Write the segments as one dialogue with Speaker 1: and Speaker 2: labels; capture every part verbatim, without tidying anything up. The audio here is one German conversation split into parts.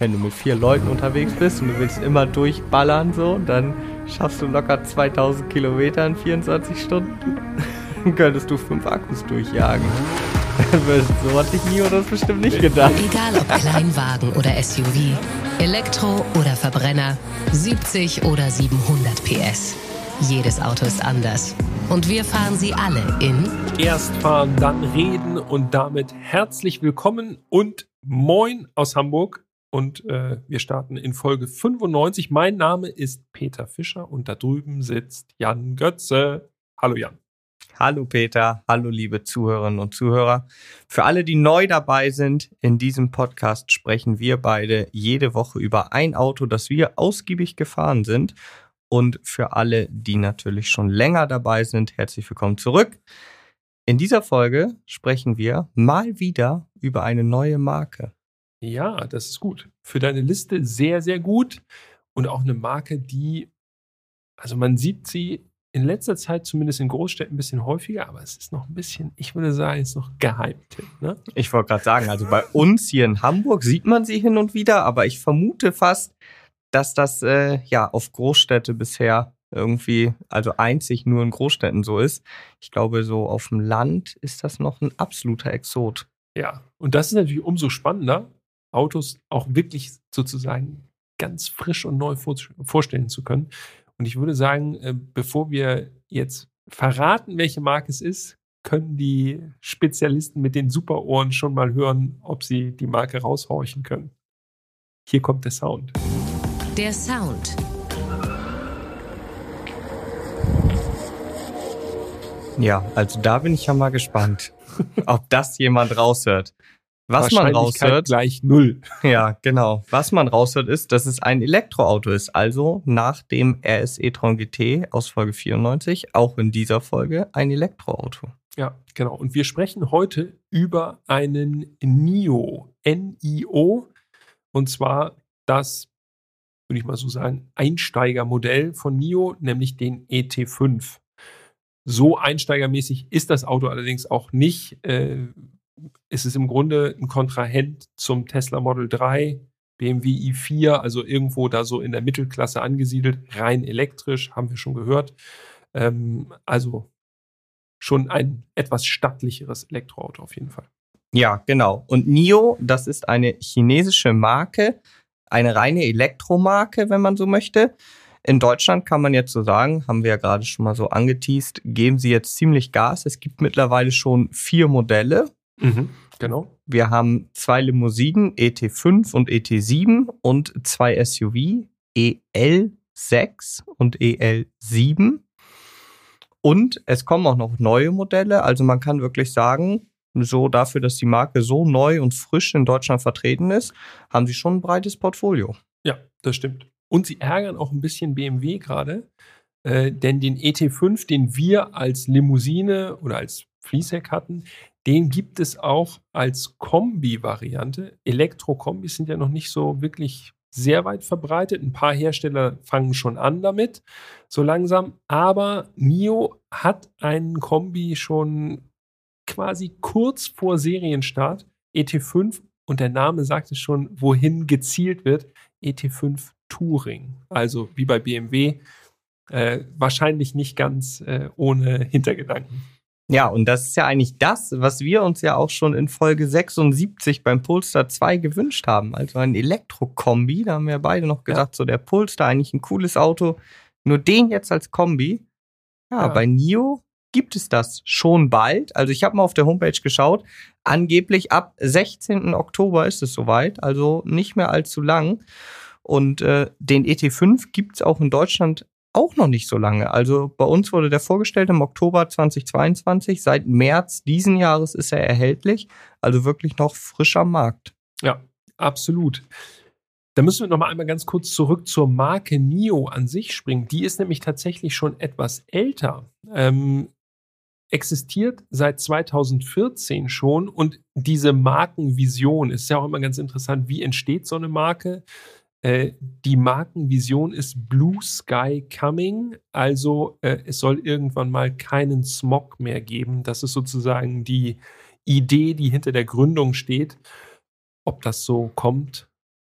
Speaker 1: wenn du mit vier Leuten unterwegs bist und du willst immer durchballern, so, dann schaffst du locker zweitausend Kilometer in vierundzwanzig Stunden. Dann könntest du fünf Akkus durchjagen. So hatte ich Nio das bestimmt nicht gedacht.
Speaker 2: Egal ob Kleinwagen oder S U V, Elektro oder Verbrenner, siebzig oder siebenhundert P S. Jedes Auto ist anders. Und wir fahren sie alle in
Speaker 3: Erst fahren, dann reden und damit herzlich willkommen und moin aus Hamburg. Und äh, wir starten in Folge fünfundneunzig. Mein Name ist Peter Fischer und da drüben sitzt Jan Götze. Hallo Jan.
Speaker 1: Hallo Peter, hallo liebe Zuhörerinnen und Zuhörer. Für alle, die neu dabei sind, in diesem Podcast sprechen wir beide jede Woche über ein Auto, das wir ausgiebig gefahren sind. Und für alle, die natürlich schon länger dabei sind, herzlich willkommen zurück. In dieser Folge sprechen wir mal wieder über eine neue Marke.
Speaker 3: Ja, das ist gut. Für deine Liste sehr, sehr gut. Und auch eine Marke, die, also man sieht sie in letzter Zeit zumindest in Großstädten ein bisschen häufiger, aber es ist noch ein bisschen, ich würde sagen, es ist noch Geheimtipp, ne?
Speaker 1: Ich wollte gerade sagen, also bei uns hier in Hamburg sieht man sie hin und wieder, aber ich vermute fast, dass das äh, ja auf Großstädte bisher irgendwie, also einzig nur in Großstädten so ist. Ich glaube, so auf dem Land ist das noch ein absoluter Exot.
Speaker 3: Ja, und das ist natürlich umso spannender, Autos auch wirklich sozusagen ganz frisch und neu vor- vorstellen zu können. Und ich würde sagen, äh, bevor wir jetzt verraten, welche Marke es ist, können die Spezialisten mit den Superohren schon mal hören, ob sie die Marke raushorchen können. Hier kommt der Sound.
Speaker 2: der Sound.
Speaker 1: Ja, also da bin ich ja mal gespannt, ob das jemand raushört. Was man raushört,
Speaker 3: gleich null.
Speaker 1: Ja, genau. Was man raushört ist, dass es ein Elektroauto ist. Also nach dem R S e-tron G T aus Folge vierundneunzig, auch in dieser Folge ein Elektroauto.
Speaker 3: Ja, genau. Und wir sprechen heute über einen Nio, N I O. Und zwar das, würde ich mal so sagen, Einsteigermodell von Nio, nämlich den E T fünf. So einsteigermäßig ist das Auto allerdings auch nicht. Äh, es ist im Grunde ein Kontrahent zum Tesla Model drei, B M W i vier, also irgendwo da so in der Mittelklasse angesiedelt, rein elektrisch, haben wir schon gehört. Ähm, also schon ein etwas stattlicheres Elektroauto auf jeden Fall.
Speaker 1: Ja, genau. Und Nio, das ist eine chinesische Marke, eine reine Elektromarke, wenn man so möchte. In Deutschland kann man jetzt so sagen, haben wir ja gerade schon mal so angeteast, geben sie jetzt ziemlich Gas. Es gibt mittlerweile schon vier Modelle.
Speaker 3: Mhm, genau.
Speaker 1: Wir haben zwei Limousinen, E T fünf und E T sieben und zwei S U V, E L sechs und E L sieben. Und es kommen auch noch neue Modelle. Also man kann wirklich sagen, so dafür, dass die Marke so neu und frisch in Deutschland vertreten ist, haben sie schon ein breites Portfolio.
Speaker 3: Ja, das stimmt. Und sie ärgern auch ein bisschen B M W gerade, äh, denn den E T fünf, den wir als Limousine oder als Fließheck hatten, den gibt es auch als Kombi-Variante. Elektro-Kombis sind ja noch nicht so wirklich sehr weit verbreitet. Ein paar Hersteller fangen schon an damit, so langsam. Aber Nio hat einen Kombi schon quasi kurz vor Serienstart. E T fünf, und der Name sagt es schon, wohin gezielt wird. E T fünf Touring. Also wie bei B M W, äh, wahrscheinlich nicht ganz äh, ohne Hintergedanken.
Speaker 1: Ja, und das ist ja eigentlich das, was wir uns ja auch schon in Folge sechsundsiebzig beim Polestar zwei gewünscht haben. Also ein Elektro-Kombi. Da haben wir beide noch gedacht, ja, so der Polestar, eigentlich ein cooles Auto. Nur den jetzt als Kombi. Ja, ja. Bei Nio gibt es das schon bald. Also ich habe mal auf der Homepage geschaut. Angeblich ab sechzehnten Oktober ist es soweit. Also nicht mehr allzu lang. Und äh, den E T fünf gibt es auch in Deutschland auch noch nicht so lange. Also bei uns wurde der vorgestellt im Oktober zweitausendzweiundzwanzig. Seit März diesen Jahres ist er erhältlich. Also wirklich noch frisch am Markt.
Speaker 3: Ja, absolut. Da müssen wir noch mal einmal ganz kurz zurück zur Marke Nio an sich springen. Die ist nämlich tatsächlich schon etwas älter. Ähm, existiert seit zweitausendvierzehn schon. Und diese Markenvision ist ja auch immer ganz interessant. Wie entsteht so eine Marke? Äh, die Markenvision ist Blue Sky Coming, also äh, es soll irgendwann mal keinen Smog mehr geben. Das ist sozusagen die Idee, die hinter der Gründung steht. Ob das so kommt,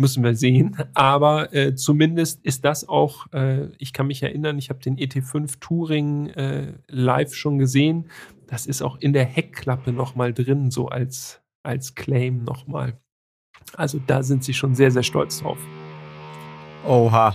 Speaker 3: müssen wir sehen. Aber äh, zumindest ist das auch, äh, ich kann mich erinnern, ich habe den E T fünf Touring äh, live schon gesehen. Das ist auch in der Heckklappe nochmal drin, so als, als Claim nochmal. Also da sind sie schon sehr, sehr stolz drauf.
Speaker 1: Oha.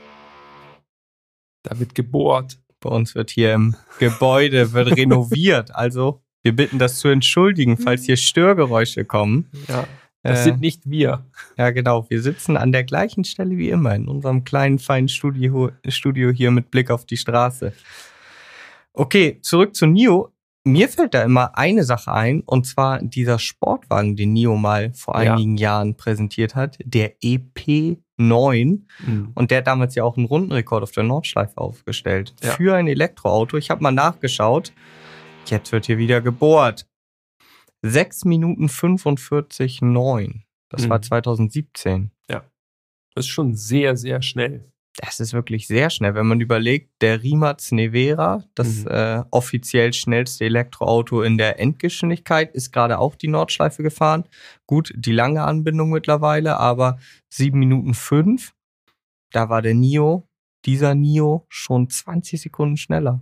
Speaker 3: Da wird gebohrt.
Speaker 1: Bei uns wird hier im Gebäude wird renoviert. Also wir bitten das zu entschuldigen, falls hier Störgeräusche kommen.
Speaker 3: Ja, das
Speaker 1: äh,
Speaker 3: sind nicht wir.
Speaker 1: Ja, genau. Wir sitzen an der gleichen Stelle wie immer in unserem kleinen, feinen Studio, Studio hier mit Blick auf die Straße. Okay, zurück zu NIO. Mir fällt da immer eine Sache ein, und zwar dieser Sportwagen, den NIO mal vor
Speaker 3: Ja.
Speaker 1: einigen Jahren präsentiert hat, der E P neun.
Speaker 3: Mhm.
Speaker 1: Und der hat damals ja auch einen Rundenrekord auf der Nordschleife aufgestellt.
Speaker 3: Ja.
Speaker 1: Für ein Elektroauto. Ich habe mal nachgeschaut. Jetzt wird hier wieder gebohrt. sechs Minuten fünfundvierzig Komma neun. Das
Speaker 3: Mhm.
Speaker 1: war zweitausendsiebzehn.
Speaker 3: Das ist schon sehr, sehr schnell.
Speaker 1: Das ist wirklich sehr schnell, wenn man überlegt, der Rimac Nevera, das
Speaker 3: Mhm.
Speaker 1: äh, offiziell schnellste Elektroauto in der Endgeschwindigkeit, ist gerade auch die Nordschleife gefahren. Gut, die lange Anbindung mittlerweile, aber sieben Minuten fünf, da war der NIO, dieser NIO, schon zwanzig Sekunden schneller.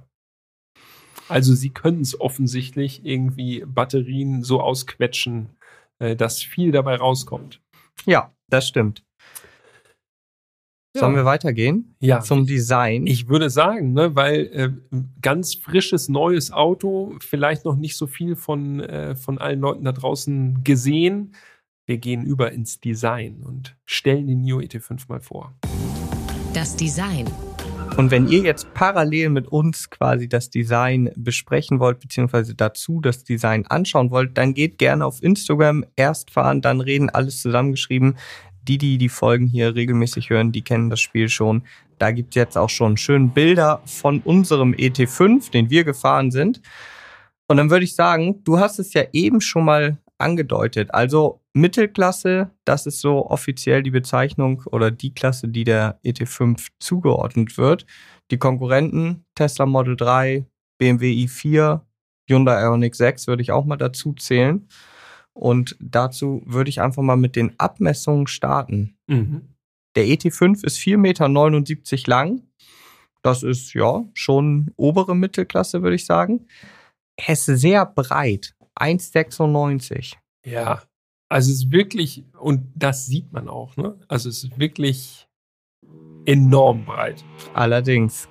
Speaker 3: Also sie können es offensichtlich irgendwie Batterien so ausquetschen, äh, dass viel dabei rauskommt.
Speaker 1: Ja, das stimmt. Sollen wir weitergehen
Speaker 3: Ja,
Speaker 1: zum Design?
Speaker 3: ich würde sagen, ne, weil äh, ganz frisches, neues Auto, vielleicht noch nicht so viel von, äh, von allen Leuten da draußen gesehen. Wir gehen über ins Design und stellen den NIO E T fünf mal vor.
Speaker 2: Das Design.
Speaker 1: Und wenn ihr jetzt parallel mit uns quasi das Design besprechen wollt, beziehungsweise dazu das Design anschauen wollt, dann geht gerne auf Instagram, erst fahren, dann reden, alles zusammengeschrieben. Die, die die Folgen hier regelmäßig hören, die kennen das Spiel schon. Da gibt es jetzt auch schon schön Bilder von unserem E T fünf, den wir gefahren sind. Und dann würde ich sagen, du hast es ja eben schon mal angedeutet. Also Mittelklasse, das ist so offiziell die Bezeichnung oder die Klasse, die der E T fünf zugeordnet wird. Die Konkurrenten, Tesla Model drei, B M W i vier, Hyundai Ioniq sechs würde ich auch mal dazu zählen. Und dazu würde ich einfach mal mit den Abmessungen starten.
Speaker 3: Mhm.
Speaker 1: Der E T fünf ist vier Komma neunundsiebzig Meter lang. Das ist ja schon obere Mittelklasse, würde ich sagen. Er ist sehr breit, eins Komma sechsundneunzig.
Speaker 3: Ja, also es ist wirklich, und das sieht man auch, ne? Also es ist wirklich enorm breit.
Speaker 1: Allerdings.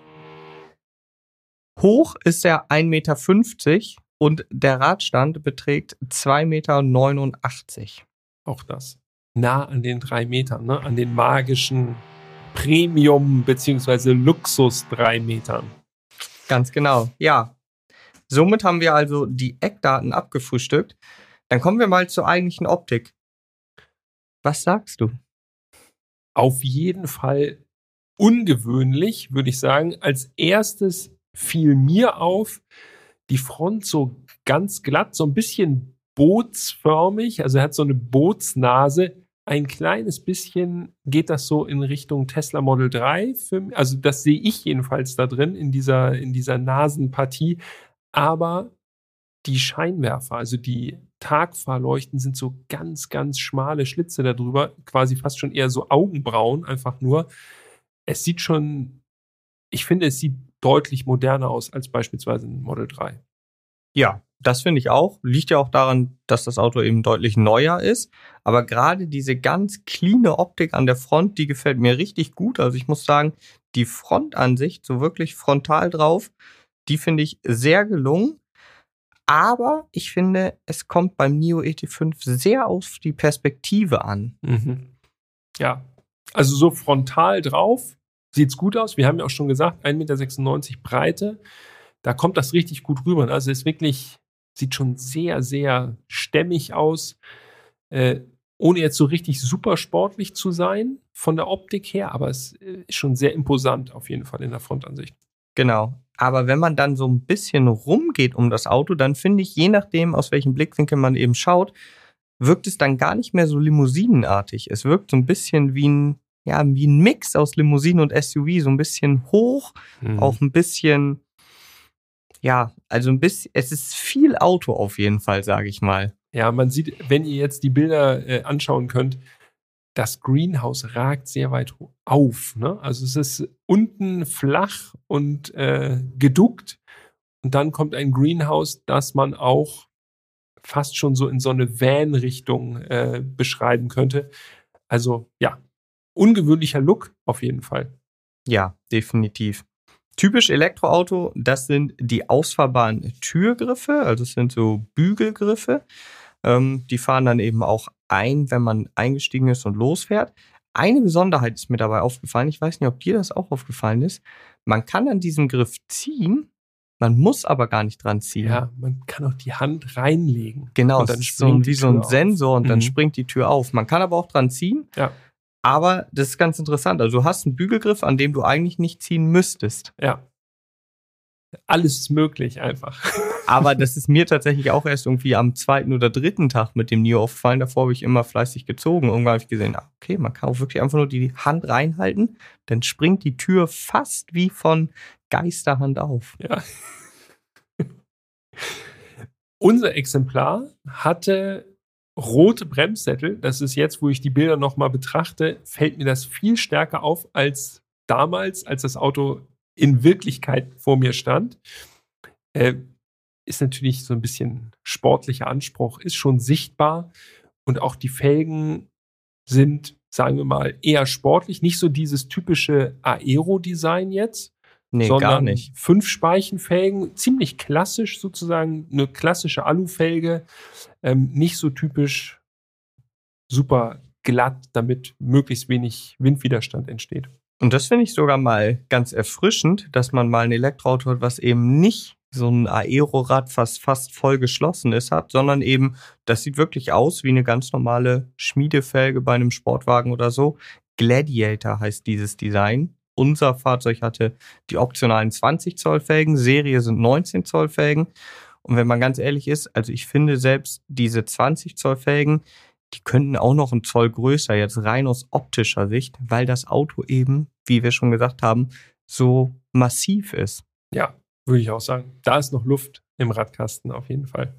Speaker 1: Hoch ist er ein Meter fünfzig und der Radstand beträgt zwei Komma neunundachtzig Meter.
Speaker 3: Auch das. Nah an den drei Metern, ne? An den magischen Premium- bzw. Luxus-drei Metern.
Speaker 1: Ganz genau, ja. Somit haben wir also die Eckdaten abgefrühstückt. Dann kommen wir mal zur eigentlichen Optik. Was sagst du?
Speaker 3: Auf jeden Fall ungewöhnlich, würde ich sagen. Als erstes fiel mir auf, die Front so ganz glatt, so ein bisschen bootsförmig, also er hat so eine Bootsnase. Ein kleines bisschen geht das so in Richtung Tesla Model drei. Für, also das sehe ich jedenfalls da drin, in dieser, in dieser Nasenpartie. Aber die Scheinwerfer, also die Tagfahrleuchten, sind so ganz, ganz schmale Schlitze darüber, quasi fast schon eher so Augenbrauen, einfach nur. Es sieht schon, ich finde, es sieht deutlich moderner aus als beispielsweise ein Model drei.
Speaker 1: Ja, das finde ich auch. Liegt ja auch daran, dass das Auto eben deutlich neuer ist. Aber gerade diese ganz cleane Optik an der Front, die gefällt mir richtig gut. Also ich muss sagen, die Frontansicht, so wirklich frontal drauf, die finde ich sehr gelungen. Aber ich finde, es kommt beim NIO E T fünf sehr auf die Perspektive an.
Speaker 3: Mhm. Ja, also so frontal drauf sieht's gut aus. Wir haben ja auch schon gesagt, ein Meter sechsundneunzig Breite. Da kommt das richtig gut rüber. Also es ist wirklich, sieht schon sehr, sehr stämmig aus. Äh, ohne jetzt so richtig super sportlich zu sein von der Optik her, aber es ist schon sehr imposant auf jeden Fall in der Frontansicht.
Speaker 1: Genau. Aber wenn man dann so ein bisschen rumgeht um das Auto, dann finde ich, je nachdem, aus welchem Blickwinkel man eben schaut, wirkt es dann gar nicht mehr so limousinenartig. Es wirkt so ein bisschen wie ein, ja, wie ein Mix aus Limousine und S U V, so ein bisschen hoch,
Speaker 3: Mhm.
Speaker 1: auch ein bisschen, ja, also ein bisschen, es ist viel Auto auf jeden Fall, sage ich mal.
Speaker 3: Ja, man sieht, wenn ihr jetzt die Bilder äh, anschauen könnt, das Greenhouse ragt sehr weit auf. Ne? Also es ist unten flach und äh, geduckt. Und dann kommt ein Greenhouse, das man auch fast schon so in so eine Van-Richtung äh, beschreiben könnte. Also ja, ungewöhnlicher Look auf jeden Fall.
Speaker 1: Ja, definitiv. Typisch Elektroauto, das sind die ausfahrbaren Türgriffe, also es sind so Bügelgriffe. Ähm, die fahren dann eben auch ein, wenn man eingestiegen ist und losfährt. Eine Besonderheit ist mir dabei aufgefallen, ich weiß nicht, ob dir das auch aufgefallen ist. Man kann an diesem Griff ziehen, man muss aber gar nicht dran ziehen.
Speaker 3: Ja, man kann auch die Hand reinlegen.
Speaker 1: Genau,
Speaker 3: und dann
Speaker 1: das ist so wie so ein Sensor und
Speaker 3: mhm.
Speaker 1: dann springt die Tür auf. Man kann aber auch dran ziehen.
Speaker 3: Ja.
Speaker 1: Aber das ist ganz interessant. Also du hast einen Bügelgriff, an dem du eigentlich nicht ziehen müsstest.
Speaker 3: Ja. Alles ist möglich einfach.
Speaker 1: Aber das ist mir tatsächlich auch erst irgendwie am zweiten oder dritten Tag mit dem Neo aufgefallen. Davor habe ich immer fleißig gezogen. Irgendwann habe ich gesehen, okay, man kann auch wirklich einfach nur die Hand reinhalten. Dann springt die Tür fast wie von Geisterhand auf.
Speaker 3: Ja. Unser Exemplar hatte rote Bremssättel. Das ist jetzt, wo ich die Bilder nochmal betrachte, fällt mir das viel stärker auf als damals, als das Auto in Wirklichkeit vor mir stand. Äh, ist natürlich so ein bisschen sportlicher Anspruch, ist schon sichtbar. Und auch die Felgen sind, sagen wir mal, eher sportlich. Nicht so dieses typische Aero-Design jetzt.
Speaker 1: Nee,
Speaker 3: sondern
Speaker 1: gar nicht.
Speaker 3: Fünf Speichenfelgen, ziemlich klassisch sozusagen, eine klassische Alufelge, ähm, nicht so typisch super glatt, damit möglichst wenig Windwiderstand entsteht.
Speaker 1: Und das finde ich sogar mal ganz erfrischend, dass man mal ein Elektroauto hat, was eben nicht so ein Aerorad fast, fast voll geschlossen ist, hat, sondern eben, das sieht wirklich aus wie eine ganz normale Schmiedefelge bei einem Sportwagen oder so. Gladiator heißt dieses Design. Unser Fahrzeug hatte die optionalen zwanzig Zoll Felgen, Serie sind neunzehn Zoll Felgen. Und wenn man ganz ehrlich ist, also ich finde selbst diese zwanzig Zoll Felgen, die könnten auch noch einen Zoll größer, jetzt rein aus optischer Sicht, weil das Auto eben, wie wir schon gesagt haben, so massiv ist.
Speaker 3: Ja, würde ich auch sagen. Da ist noch Luft im Radkasten auf jeden Fall.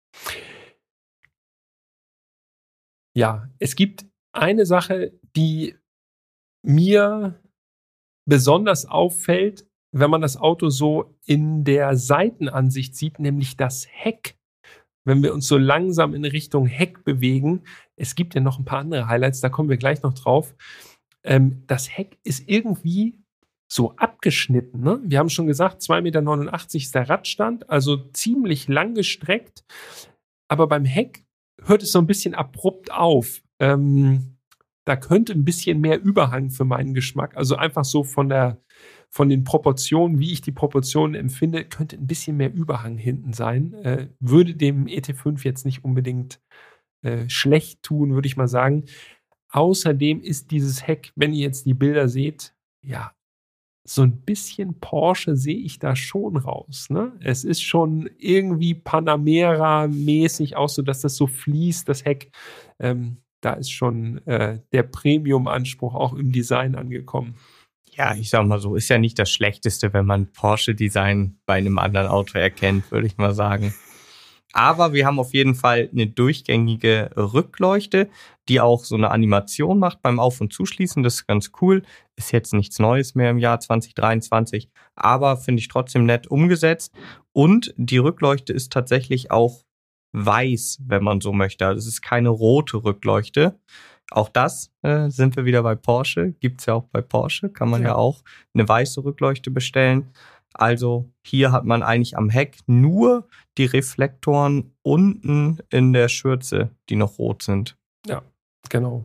Speaker 3: Ja, es gibt eine Sache, die mir besonders auffällt, wenn man das Auto so in der Seitenansicht sieht, nämlich das Heck. Wenn wir uns so langsam in Richtung Heck bewegen, es gibt ja noch ein paar andere Highlights, da kommen wir gleich noch drauf. Ähm, das Heck ist irgendwie so abgeschnitten. Ne? Wir haben schon gesagt, zwei Komma neunundachtzig Meter ist der Radstand, also ziemlich lang gestreckt. Aber beim Heck hört es so ein bisschen abrupt auf. Ähm, Da könnte ein bisschen mehr Überhang für meinen Geschmack, also einfach so von der, von den Proportionen, wie ich die Proportionen empfinde, könnte ein bisschen mehr Überhang hinten sein. Äh, würde dem E T fünf jetzt nicht unbedingt äh, schlecht tun, würde ich mal sagen. Außerdem ist dieses Heck, wenn ihr jetzt die Bilder seht, ja, so ein bisschen Porsche sehe ich da schon raus. Ne? Es ist schon irgendwie Panamera-mäßig, auch so, dass das so fließt, das Heck. Ähm, Da ist schon äh, der Premium-Anspruch auch im Design angekommen.
Speaker 1: Ja, ich sag mal so, ist ja nicht das Schlechteste, wenn man Porsche-Design bei einem anderen Auto erkennt, würde ich mal sagen. Aber wir haben auf jeden Fall eine durchgängige Rückleuchte, die auch so eine Animation macht beim Auf- und Zuschließen. Das ist ganz cool. Ist jetzt nichts Neues mehr im Jahr zwanzig dreiundzwanzig, aber finde ich trotzdem nett umgesetzt. Und die Rückleuchte ist tatsächlich auch weiß, wenn man so möchte. Also es ist keine rote Rückleuchte. Auch das äh, sind wir wieder bei Porsche. Gibt es ja auch bei Porsche. Kann man ja. ja auch eine weiße Rückleuchte bestellen. Also hier hat man eigentlich am Heck nur die Reflektoren unten in der Schürze, die noch rot sind.
Speaker 3: Ja, genau.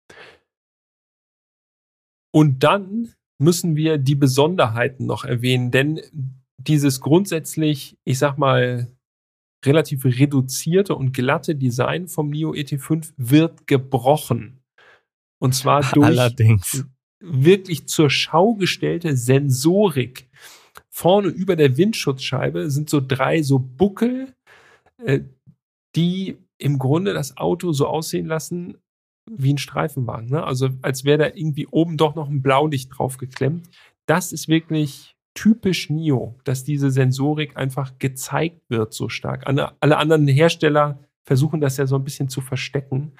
Speaker 3: Und dann müssen wir die Besonderheiten noch erwähnen, denn dieses grundsätzlich, ich sag mal, relativ reduzierte und glatte Design vom Nio E T fünf wird gebrochen. Und zwar durch
Speaker 1: Allerdings.
Speaker 3: wirklich zur Schau gestellte Sensorik. Vorne über der Windschutzscheibe sind so drei so Buckel, äh, die im Grunde das Auto so aussehen lassen wie ein Streifenwagen. Ne? Also als wäre da irgendwie oben doch noch ein Blaulicht drauf geklemmt. Das ist wirklich typisch Nio, dass diese Sensorik einfach gezeigt wird so stark. Alle anderen Hersteller versuchen das ja so ein bisschen zu verstecken.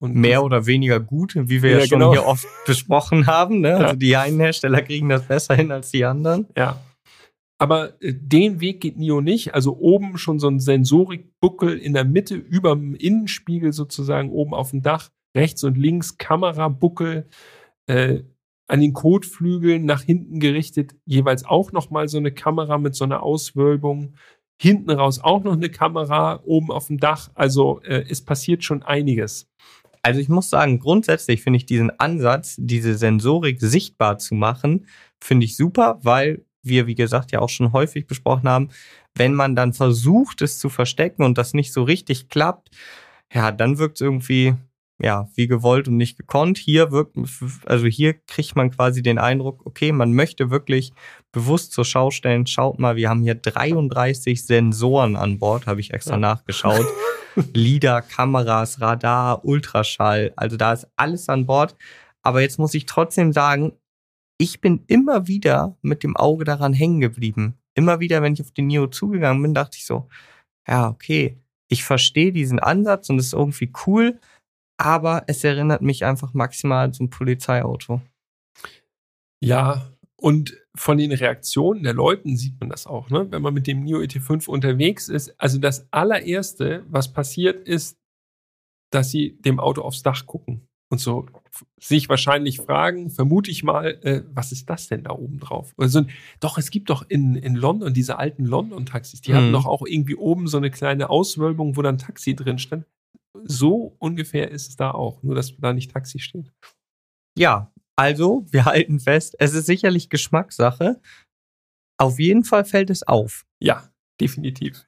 Speaker 3: Und
Speaker 1: mehr oder weniger gut, wie wir ja,
Speaker 3: ja
Speaker 1: schon
Speaker 3: genau.
Speaker 1: hier oft besprochen haben. Ne?
Speaker 3: Ja.
Speaker 1: Also die einen Hersteller kriegen das besser hin als die anderen.
Speaker 3: Ja. Aber äh, den Weg geht N I O nicht. Also oben schon so ein Sensorikbuckel in der Mitte, über dem Innenspiegel sozusagen, oben auf dem Dach. Rechts und links Kamerabuckel. Äh, an den Kotflügeln nach hinten gerichtet, jeweils auch nochmal so eine Kamera mit so einer Auswölbung. Hinten raus auch noch eine Kamera, oben auf dem Dach. Also äh, es passiert schon einiges.
Speaker 1: Also ich muss sagen, grundsätzlich finde ich diesen Ansatz, diese Sensorik sichtbar zu machen, finde ich super, weil wir, wie gesagt, ja auch schon häufig besprochen haben, wenn man dann versucht, es zu verstecken und das nicht so richtig klappt, ja, dann wirkt es irgendwie, ja, wie gewollt und nicht gekonnt. Hier wirkt, also hier kriegt man quasi den Eindruck, okay, man möchte wirklich bewusst zur Schau stellen, schaut mal, wir haben hier dreiunddreißig Sensoren an Bord, habe ich extra ja. nachgeschaut. LiDAR, Kameras, Radar, Ultraschall, also da ist alles an Bord. Aber jetzt muss ich trotzdem sagen, ich bin immer wieder mit dem Auge daran hängen geblieben. Immer wieder, wenn ich auf den N I O zugegangen bin, dachte ich so, ja, okay, ich verstehe diesen Ansatz und es ist irgendwie cool, aber es erinnert mich einfach maximal an so ein Polizeiauto.
Speaker 3: Ja, und von den Reaktionen der Leuten sieht man das auch, ne? Wenn man mit dem N I O E T fünf unterwegs ist. Also das allererste, was passiert, ist, dass sie dem Auto aufs Dach gucken und so sich wahrscheinlich fragen, vermute ich mal, äh, was ist das denn da oben drauf? Also, doch, es gibt doch in, in London diese alten London-Taxis, die hm. hatten doch auch irgendwie oben so eine kleine Auswölbung, wo dann Taxi drin stand. So ungefähr ist es da auch, nur dass da nicht Taxi steht.
Speaker 1: Ja, also wir halten fest, es ist sicherlich Geschmackssache. Auf jeden Fall fällt es auf.
Speaker 3: Ja, definitiv.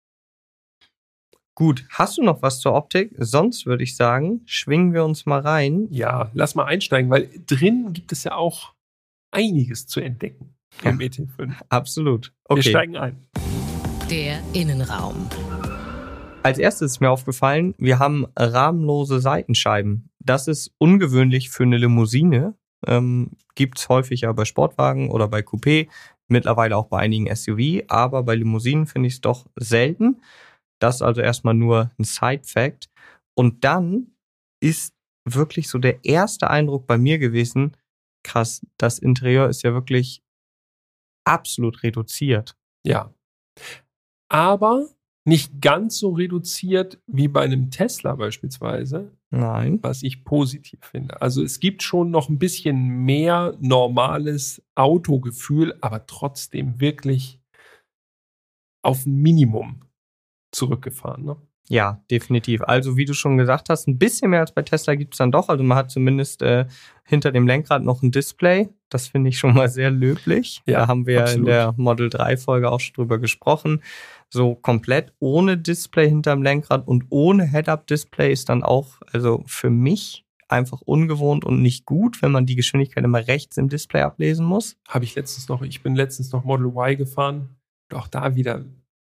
Speaker 1: Gut, hast du noch was zur Optik? Sonst würde ich sagen, schwingen wir uns mal rein.
Speaker 3: Ja, lass mal einsteigen, weil drin gibt es ja auch einiges zu entdecken im
Speaker 1: ja,
Speaker 3: E T fünf.
Speaker 1: Absolut. Okay.
Speaker 3: Wir steigen ein.
Speaker 2: Der Innenraum.
Speaker 1: Als erstes ist mir aufgefallen, wir haben rahmenlose Seitenscheiben. Das ist ungewöhnlich für eine Limousine. Ähm, gibt es häufig ja bei Sportwagen oder bei Coupé, mittlerweile auch bei einigen S U V, aber bei Limousinen finde ich es doch selten. Das ist also erstmal nur ein Side-Fact. Und dann ist wirklich so der erste Eindruck bei mir gewesen, krass, das Interieur ist ja wirklich absolut reduziert.
Speaker 3: Ja. Aber nicht ganz so reduziert wie bei einem Tesla beispielsweise.
Speaker 1: Nein.
Speaker 3: Was ich positiv finde. Also es gibt schon noch ein bisschen mehr normales Autogefühl, aber trotzdem wirklich auf ein Minimum zurückgefahren. Ne?
Speaker 1: Ja, definitiv. Also wie du schon gesagt hast, ein bisschen mehr als bei Tesla gibt es dann doch. Also man hat zumindest äh, hinter dem Lenkrad noch ein Display. Das finde ich schon mal sehr löblich. Ja, da haben wir ja in der Model drei Folge auch schon drüber gesprochen. So komplett ohne Display hinterm Lenkrad und ohne Head-Up-Display ist dann auch, also für mich einfach ungewohnt und nicht gut, wenn man die Geschwindigkeit immer rechts im Display ablesen muss.
Speaker 3: Habe ich letztens noch, ich bin letztens noch Model Y gefahren und auch da wieder,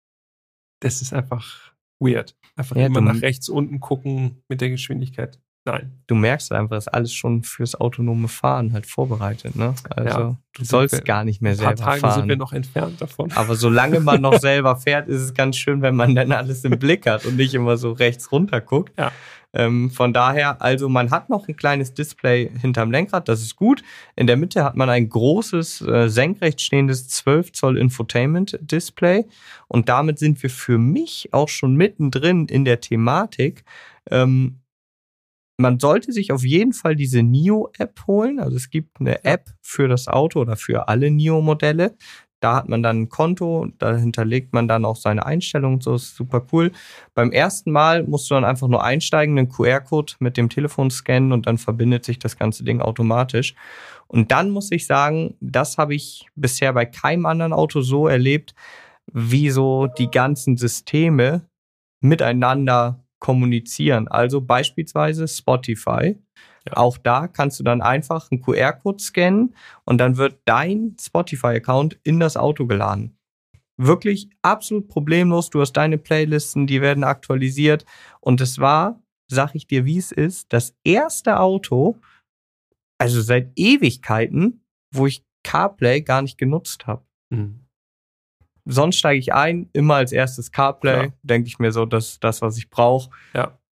Speaker 3: das ist einfach weird. Einfach ja, immer nach rechts unten gucken mit der Geschwindigkeit. Nein.
Speaker 1: Du merkst einfach, ist alles schon fürs autonome Fahren halt vorbereitet, ne? Also
Speaker 3: ja,
Speaker 1: du sollst wir, gar nicht mehr selber fahren.
Speaker 3: Ein paar Tage sind wir noch entfernt davon.
Speaker 1: Aber solange man noch selber fährt, ist es ganz schön, wenn man dann alles im Blick hat und nicht immer so rechts runter guckt.
Speaker 3: Ja.
Speaker 1: Ähm, von daher, also man hat noch ein kleines Display hinterm Lenkrad, das ist gut. In der Mitte hat man ein großes, äh, senkrecht stehendes zwölf Zoll Infotainment-Display und damit sind wir für mich auch schon mittendrin in der Thematik. Ähm, Man sollte sich auf jeden Fall diese N I O-App holen. Also es gibt eine App für das Auto oder für alle N I O-Modelle. Da hat man dann ein Konto, da hinterlegt man dann auch seine Einstellungen. So ist super cool. Beim ersten Mal musst du dann einfach nur einsteigen, einen Q R-Code mit dem Telefon scannen und dann verbindet sich das ganze Ding automatisch. Und dann muss ich sagen, das habe ich bisher bei keinem anderen Auto so erlebt, wie so die ganzen Systeme miteinander kommunizieren. Also beispielsweise Spotify. Ja. Auch da kannst du dann einfach einen Q R-Code scannen und dann wird dein Spotify-Account in das Auto geladen. Wirklich absolut problemlos. Du hast deine Playlisten, die werden aktualisiert. Und es war, sag ich dir, wie es ist, das erste Auto, also seit Ewigkeiten, wo ich CarPlay gar nicht genutzt habe. Mhm. Sonst steige ich ein, immer als erstes CarPlay, denke ich mir so, das ist das, was ich brauche.
Speaker 3: Ja.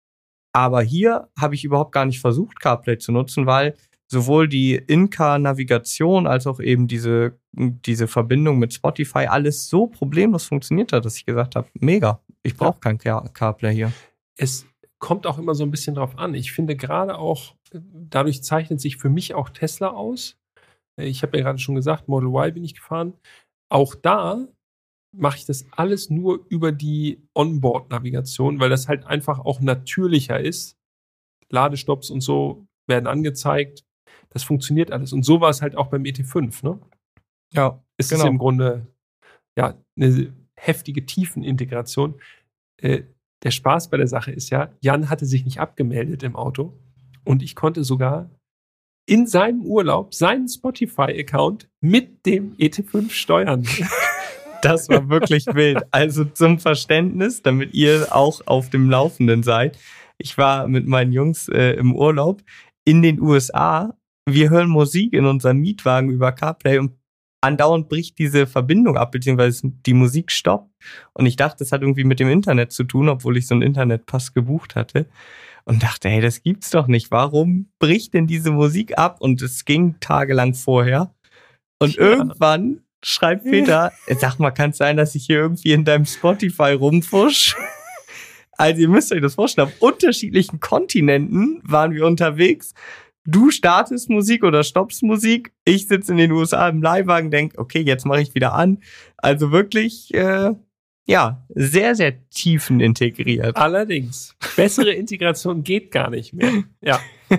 Speaker 1: Aber hier habe ich überhaupt gar nicht versucht, CarPlay zu nutzen, weil sowohl die In-Car-Navigation als auch eben diese, diese Verbindung mit Spotify alles so problemlos funktioniert hat, dass ich gesagt habe, mega, ich brauche ja. kein Car- CarPlay hier.
Speaker 3: Es kommt auch immer so ein bisschen drauf an. Ich finde gerade auch, dadurch zeichnet sich für mich auch Tesla aus. Ich habe ja gerade schon gesagt, Model Y bin ich gefahren. Auch da mache ich das alles nur über die Onboard-Navigation, weil das halt einfach auch natürlicher ist. Ladestopps und so werden angezeigt. Das funktioniert alles. Und so war es halt auch beim E T fünf, ne?
Speaker 1: Ja,
Speaker 3: es
Speaker 1: genau.
Speaker 3: ist im Grunde ja eine heftige Tiefenintegration. Äh, der Spaß bei der Sache ist ja, Jan hatte sich nicht abgemeldet im Auto und ich konnte sogar in seinem Urlaub seinen Spotify-Account mit dem E T fünf steuern.
Speaker 1: Das war wirklich wild. Also zum Verständnis, damit ihr auch auf dem Laufenden seid. Ich war mit meinen Jungs äh, im Urlaub in den U S A. Wir hören Musik in unserem Mietwagen über CarPlay und andauernd bricht diese Verbindung ab, beziehungsweise die Musik stoppt. Und ich dachte, das hat irgendwie mit dem Internet zu tun, obwohl ich so einen Internetpass gebucht hatte. Und dachte, hey, das gibt's doch nicht. Warum bricht denn diese Musik ab? Und es ging tagelang vorher. Und ja. irgendwann schreibt Peter, sag mal, kann es sein, dass ich hier irgendwie in deinem Spotify rumfusch? Also ihr müsst euch das vorstellen, auf unterschiedlichen Kontinenten waren wir unterwegs. Du startest Musik oder stoppst Musik. Ich sitze in den U S A im Leihwagen, denke, okay, jetzt mache ich wieder an. Also wirklich, äh, ja, sehr, sehr tiefen integriert.
Speaker 3: Allerdings. Bessere Integration geht gar nicht mehr. Ja.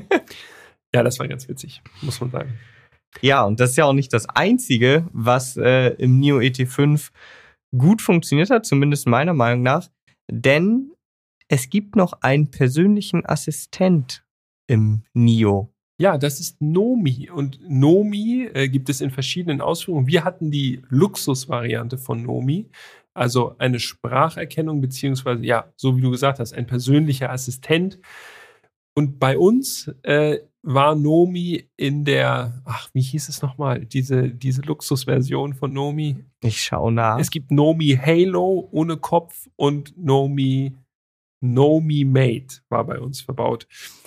Speaker 3: Ja, das war ganz witzig, muss man sagen.
Speaker 1: Ja, und das ist ja auch nicht das Einzige, was äh, im N I O E T fünf gut funktioniert hat, zumindest meiner Meinung nach. Denn es gibt noch einen persönlichen Assistent im N I O.
Speaker 3: Ja, das ist Nomi. Und Nomi äh, gibt es in verschiedenen Ausführungen. Wir hatten die Luxusvariante von Nomi, also eine Spracherkennung, beziehungsweise, ja, so wie du gesagt hast, ein persönlicher Assistent. Und bei uns äh, war Nomi in der, ach, wie hieß es nochmal, diese, diese Luxusversion von Nomi?
Speaker 1: Ich schaue nach.
Speaker 3: Es gibt Nomi Halo ohne Kopf und Nomi, Nomi Mate war bei uns verbaut.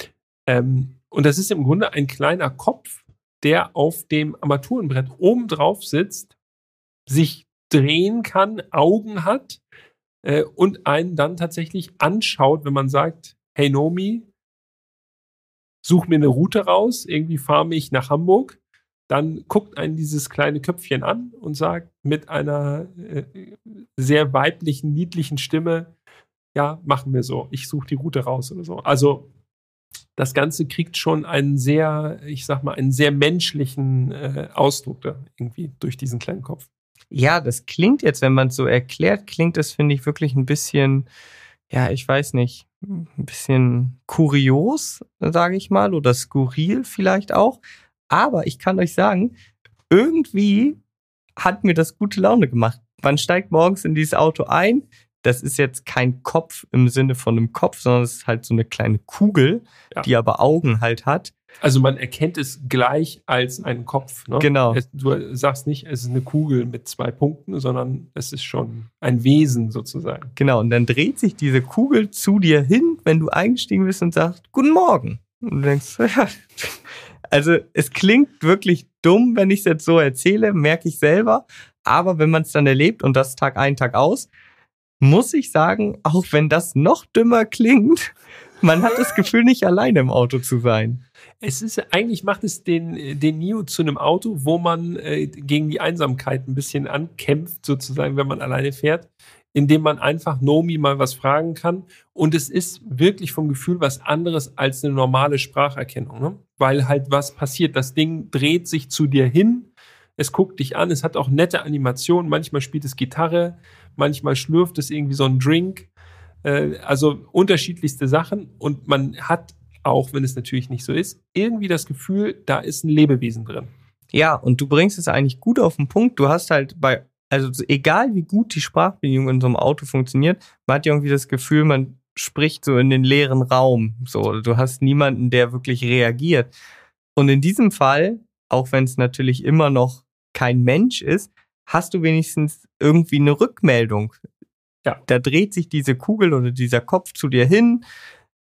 Speaker 3: Ähm, und das ist im Grunde ein kleiner Kopf, der auf dem Armaturenbrett oben drauf sitzt, sich drehen kann, Augen hat äh, und einen dann tatsächlich anschaut, wenn man sagt, hey Nomi, such mir eine Route raus, irgendwie fahre mich nach Hamburg, dann guckt einen dieses kleine Köpfchen an und sagt mit einer äh, sehr weiblichen, niedlichen Stimme, ja, machen wir so, ich suche die Route raus oder so. Also das Ganze kriegt schon einen sehr, ich sag mal, einen sehr menschlichen äh, Ausdruck da irgendwie durch diesen kleinen Kopf.
Speaker 1: Ja, das klingt jetzt, wenn man es so erklärt, klingt das, finde ich, wirklich ein bisschen, ja, ich weiß nicht, ein bisschen kurios, sage ich mal, oder skurril vielleicht auch. Aber ich kann euch sagen, irgendwie hat mir das gute Laune gemacht. Man steigt morgens in dieses Auto ein. Das ist jetzt kein Kopf im Sinne von einem Kopf, sondern es ist halt so eine kleine Kugel, ja, die aber Augen halt hat.
Speaker 3: Also man erkennt es gleich als einen Kopf. Ne?
Speaker 1: Genau.
Speaker 3: Es, du sagst nicht, es ist eine Kugel mit zwei Punkten, sondern es ist schon ein Wesen sozusagen.
Speaker 1: Genau, und dann dreht sich diese Kugel zu dir hin, wenn du eingestiegen bist und sagst, guten Morgen. Und du denkst, ja. Also es klingt wirklich dumm, wenn ich es jetzt so erzähle, merke ich selber. Aber wenn man es dann erlebt und das Tag ein, Tag aus, muss ich sagen, auch wenn das noch dümmer klingt, man hat das Gefühl, nicht alleine im Auto zu sein.
Speaker 3: Es ist, eigentlich macht es den, den N I O zu einem Auto, wo man äh, gegen die Einsamkeit ein bisschen ankämpft, sozusagen, wenn man alleine fährt, indem man einfach Nomi mal was fragen kann. Und es ist wirklich vom Gefühl was anderes als eine normale Spracherkennung, ne? Weil halt was passiert. Das Ding dreht sich zu dir hin, es guckt dich an, es hat auch nette Animationen, manchmal spielt es Gitarre, manchmal schlürft es irgendwie so einen Drink, äh, also unterschiedlichste Sachen und man hat, auch wenn es natürlich nicht so ist, irgendwie das Gefühl, da ist ein Lebewesen drin.
Speaker 1: Ja, und du bringst es eigentlich gut auf den Punkt, du hast halt bei, also egal wie gut die Sprachbedienung in so einem Auto funktioniert, man hat ja irgendwie das Gefühl, man spricht so in den leeren Raum, so, du hast niemanden, der wirklich reagiert. Und in diesem Fall, auch wenn es natürlich immer noch kein Mensch ist, hast du wenigstens irgendwie eine Rückmeldung.
Speaker 3: Ja.
Speaker 1: Da dreht sich diese Kugel oder dieser Kopf zu dir hin.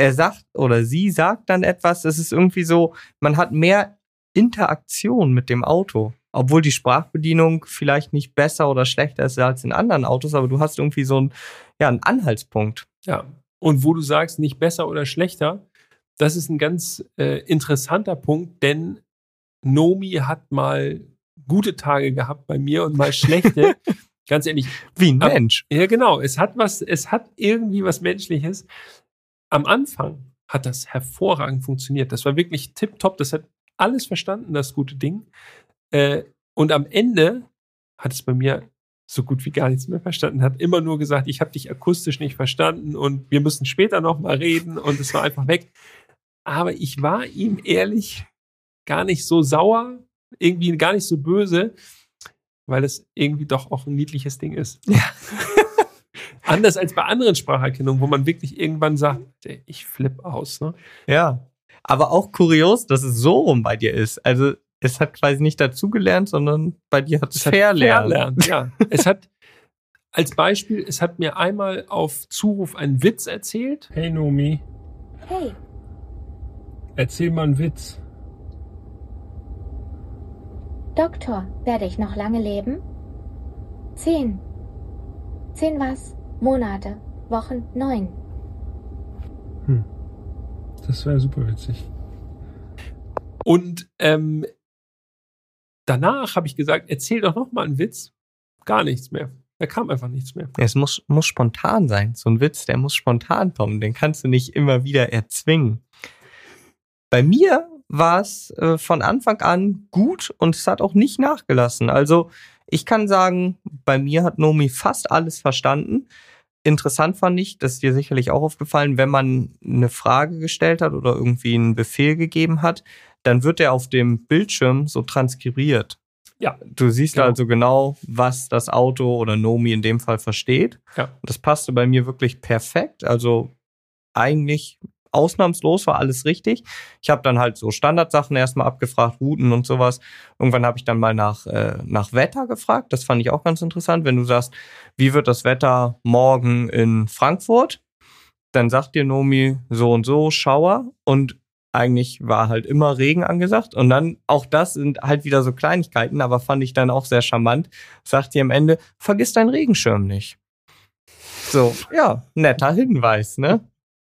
Speaker 1: er sagt oder sie sagt dann etwas, es ist irgendwie so, man hat mehr Interaktion mit dem Auto. Obwohl die Sprachbedienung vielleicht nicht besser oder schlechter ist als in anderen Autos, aber du hast irgendwie so einen, ja, einen Anhaltspunkt.
Speaker 3: Ja, und wo du sagst, nicht besser oder schlechter, das ist ein ganz äh, interessanter Punkt, denn Nomi hat mal gute Tage gehabt bei mir und mal schlechte. Ganz ehrlich.
Speaker 1: Wie ein Mensch.
Speaker 3: Ab, ja, genau. Es hat was, es hat irgendwie was Menschliches. Am Anfang hat das hervorragend funktioniert. Das war wirklich tipptopp. Das hat alles verstanden, das gute Ding. Äh, und am Ende hat es bei mir so gut wie gar nichts mehr verstanden. Hat immer nur gesagt, ich habe dich akustisch nicht verstanden und wir müssen später noch mal reden und es war einfach weg. Aber ich war ihm ehrlich gar nicht so sauer, irgendwie gar nicht so böse, weil es irgendwie doch auch ein niedliches Ding ist.
Speaker 1: Ja.
Speaker 3: Anders als bei anderen Spracherkennungen, wo man wirklich irgendwann sagt, ich flippe aus. Ne?
Speaker 1: Ja, aber auch kurios, dass es so rum bei dir ist. Also es hat quasi nicht dazugelernt, sondern bei dir hat es verlernt.
Speaker 3: verlernt. Ja, es hat als Beispiel, es hat mir einmal auf Zuruf einen Witz erzählt. Hey Nomi.
Speaker 4: Hey.
Speaker 3: Erzähl mal einen Witz.
Speaker 4: Doktor, werde ich noch lange leben? Zehn. Zehn was? Monate, Wochen, neun.
Speaker 3: Hm. Das wäre super witzig. Und ähm, danach habe ich gesagt, erzähl doch noch mal einen Witz. Gar nichts mehr. Da kam einfach nichts mehr.
Speaker 1: Es muss, muss spontan sein. So ein Witz, der muss spontan kommen. Den kannst du nicht immer wieder erzwingen. Bei mir war es äh, von Anfang an gut und es hat auch nicht nachgelassen. Also ich kann sagen, bei mir hat Nomi fast alles verstanden. Interessant fand ich, das ist dir sicherlich auch aufgefallen, wenn man eine Frage gestellt hat oder irgendwie einen Befehl gegeben hat, dann wird er auf dem Bildschirm so transkribiert.
Speaker 3: Ja.
Speaker 1: Du siehst
Speaker 3: genau.
Speaker 1: also genau, was das Auto oder Nomi in dem Fall versteht.
Speaker 3: Ja.
Speaker 1: Das passte bei mir wirklich perfekt. Also eigentlich ausnahmslos war alles richtig. Ich habe dann halt so Standardsachen erstmal abgefragt, Routen und sowas. Irgendwann habe ich dann mal nach, äh, nach Wetter gefragt. Das fand ich auch ganz interessant. Wenn du sagst, wie wird das Wetter morgen in Frankfurt? Dann sagt dir Nomi so und so, Schauer. Und eigentlich war halt immer Regen angesagt. Und dann, auch das sind halt wieder so Kleinigkeiten, aber fand ich dann auch sehr charmant. Sagt dir am Ende, vergiss deinen Regenschirm nicht. So, ja, netter Hinweis, ne?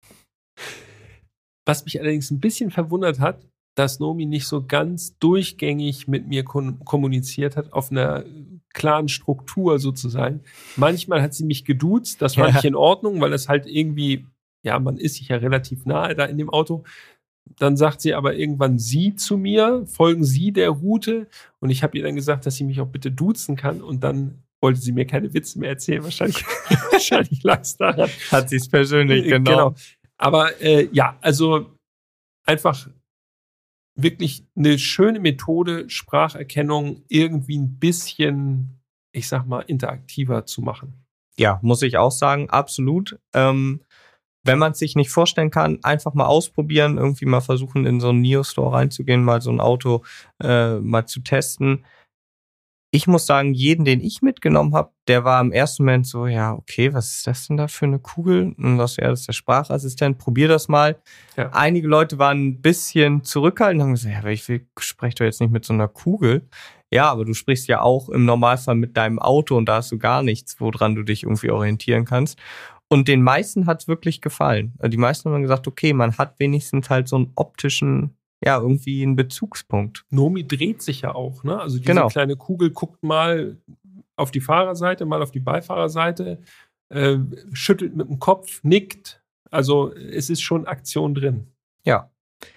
Speaker 3: Was mich allerdings ein bisschen verwundert hat, dass Nomi nicht so ganz durchgängig mit mir kon- kommuniziert hat, auf einer klaren Struktur sozusagen. Manchmal hat sie mich geduzt, das fand
Speaker 1: Ja.
Speaker 3: ich in Ordnung, weil das halt irgendwie, ja, man ist sich ja relativ nahe da in dem Auto. Dann sagt sie aber irgendwann Sie zu mir, folgen Sie der Route. Und ich habe ihr dann gesagt, dass sie mich auch bitte duzen kann. Und dann wollte sie mir keine Witze mehr erzählen. Wahrscheinlich, wahrscheinlich lag es daran.
Speaker 1: Hat sie es persönlich genommen.
Speaker 3: Genau. Aber äh, ja, also einfach wirklich eine schöne Methode, Spracherkennung irgendwie ein bisschen, ich sag mal, interaktiver zu machen.
Speaker 1: Ja, muss ich auch sagen, absolut. Ähm, wenn man es sich nicht vorstellen kann, einfach mal ausprobieren, irgendwie mal versuchen, in so einen Neo-Store reinzugehen, mal so ein Auto äh, mal zu testen. Ich muss sagen, jeden, den ich mitgenommen habe, der war im ersten Moment so, ja, okay, was ist das denn da für eine Kugel? Und das, ja, das ist der Sprachassistent, probier das mal.
Speaker 3: Ja.
Speaker 1: Einige Leute waren ein bisschen zurückhaltend und haben gesagt, ja, aber ich will, sprech doch jetzt nicht mit so einer Kugel. Ja, aber du sprichst ja auch im Normalfall mit deinem Auto und da hast du gar nichts, woran du dich irgendwie orientieren kannst. Und den meisten hat es wirklich gefallen. Die meisten haben gesagt, okay, man hat wenigstens halt so einen optischen, ja, irgendwie einen Bezugspunkt.
Speaker 3: Nomi dreht sich ja auch, ne? Also diese
Speaker 1: Genau.
Speaker 3: kleine Kugel guckt mal auf die Fahrerseite, mal auf die Beifahrerseite, äh, schüttelt mit dem Kopf, nickt. Also es ist schon Aktion drin.
Speaker 1: Ja.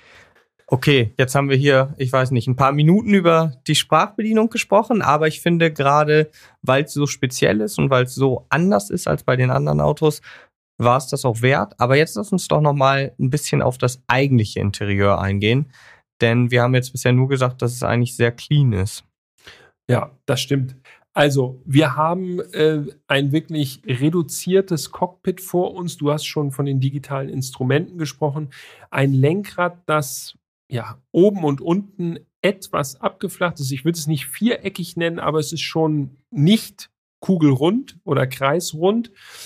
Speaker 1: Okay, jetzt haben wir hier, ich weiß nicht, ein paar Minuten über die Sprachbedienung gesprochen, aber ich finde gerade, weil es so speziell ist und weil es so anders ist als bei den anderen Autos, war es das auch wert. Aber jetzt lass uns doch noch mal ein bisschen auf das eigentliche Interieur eingehen, denn wir haben jetzt bisher nur gesagt, dass es eigentlich sehr clean ist.
Speaker 3: Ja, das stimmt. Also, wir haben äh, ein wirklich reduziertes Cockpit vor uns. Du hast schon von den digitalen Instrumenten gesprochen. Ein Lenkrad, das ja oben und unten etwas abgeflacht ist. Ich würde es nicht viereckig nennen, aber es ist schon nicht kugelrund oder kreisrund.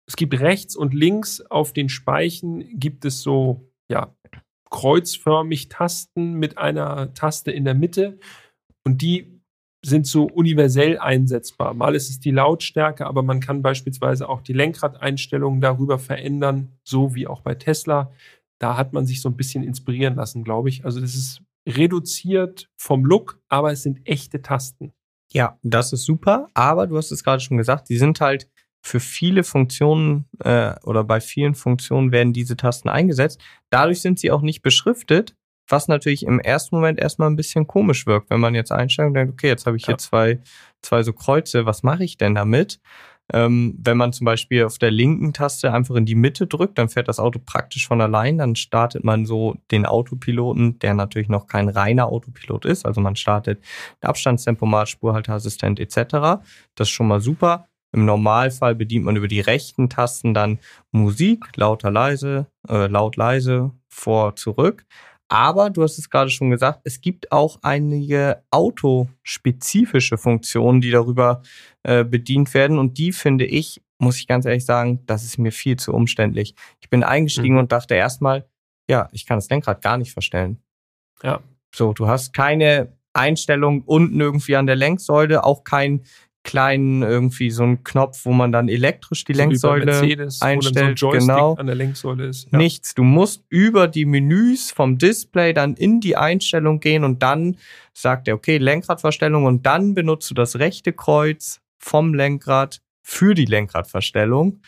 Speaker 3: es gibt rechts und links auf den Speichen gibt es so, ja, kreuzförmig Tasten mit einer Taste in der Mitte und die sind so universell einsetzbar. Mal ist es die Lautstärke, aber man kann beispielsweise auch die Lenkradeinstellungen darüber verändern, so wie auch bei Tesla. Da hat man sich so ein bisschen inspirieren lassen, glaube ich. Also das ist reduziert vom Look, aber es sind echte Tasten.
Speaker 1: Ja, das ist super, aber du hast es gerade schon gesagt, die sind halt für viele Funktionen äh, oder bei vielen Funktionen werden diese Tasten eingesetzt. Dadurch sind sie auch nicht beschriftet, was natürlich im ersten Moment erstmal ein bisschen komisch wirkt, wenn man jetzt einsteigt und denkt, okay, jetzt habe ich ja. hier zwei, zwei so Kreuze, was mache ich denn damit? Ähm, wenn man zum Beispiel auf der linken Taste einfach in die Mitte drückt, dann fährt das Auto praktisch von allein, dann startet man so den Autopiloten, der natürlich noch kein reiner Autopilot ist, also man startet Abstandstempomat, Spurhalteassistent et cetera. Das ist schon mal super. Im Normalfall bedient man über die rechten Tasten dann Musik, lauter, leise, äh, laut, leise, vor, zurück. Aber du hast es gerade schon gesagt, es gibt auch einige autospezifische Funktionen, die darüber äh, bedient werden. Und die finde ich, muss ich ganz ehrlich sagen, das ist mir viel zu umständlich. Ich bin eingestiegen mhm. und dachte erstmal, ja, ich kann das Lenkrad gar nicht verstellen.
Speaker 3: Ja.
Speaker 1: So, du hast keine Einstellung unten irgendwie an der Lenksäule, auch kein kleinen irgendwie so einen Knopf, wo man dann elektrisch die so Lenksäule Mercedes, einstellt,
Speaker 3: wo dann so ein
Speaker 1: genau,
Speaker 3: an der Lenksäule ist. Ja.
Speaker 1: Nichts. Du musst über die Menüs vom Display dann in die Einstellung gehen und dann sagt er, okay, Lenkradverstellung und dann benutzt du das rechte Kreuz vom Lenkrad für die Lenkradverstellung.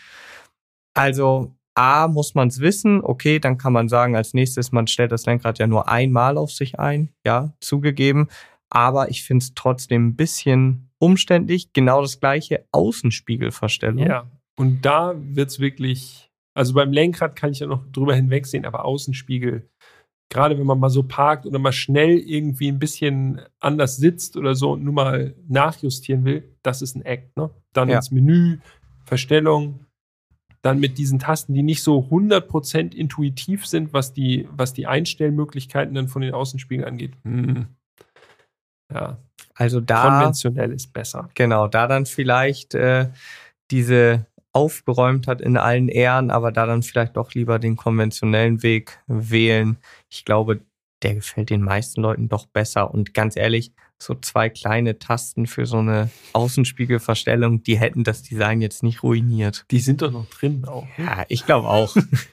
Speaker 1: Also A, muss man es wissen, okay, dann kann man sagen, als nächstes, man stellt das Lenkrad ja nur einmal auf sich ein, ja, zugegeben, aber ich finde es trotzdem ein bisschen umständlich, genau das gleiche Außenspiegelverstellung.
Speaker 3: Ja, und da wird es wirklich, also beim Lenkrad kann ich ja noch drüber hinwegsehen, aber Außenspiegel, gerade wenn man mal so parkt oder mal schnell irgendwie ein bisschen anders sitzt oder so und nur mal nachjustieren will, das ist ein Act, ne? Dann
Speaker 1: ja.
Speaker 3: ins Menü, Verstellung, dann mit diesen Tasten, die nicht so hundert Prozent intuitiv sind, was die, was die Einstellmöglichkeiten dann von den Außenspiegeln angeht. Hm. Ja.
Speaker 1: Also da,
Speaker 3: konventionell ist besser.
Speaker 1: Genau, da dann vielleicht äh, diese Aufgeräumtheit in allen Ehren, aber da dann vielleicht doch lieber den konventionellen Weg wählen. Ich glaube, der gefällt den meisten Leuten doch besser. Und ganz ehrlich, so zwei kleine Tasten für so eine Außenspiegelverstellung, die hätten das Design jetzt nicht ruiniert.
Speaker 3: Die sind doch noch drin auch. Ne?
Speaker 1: Ja, ich glaube auch.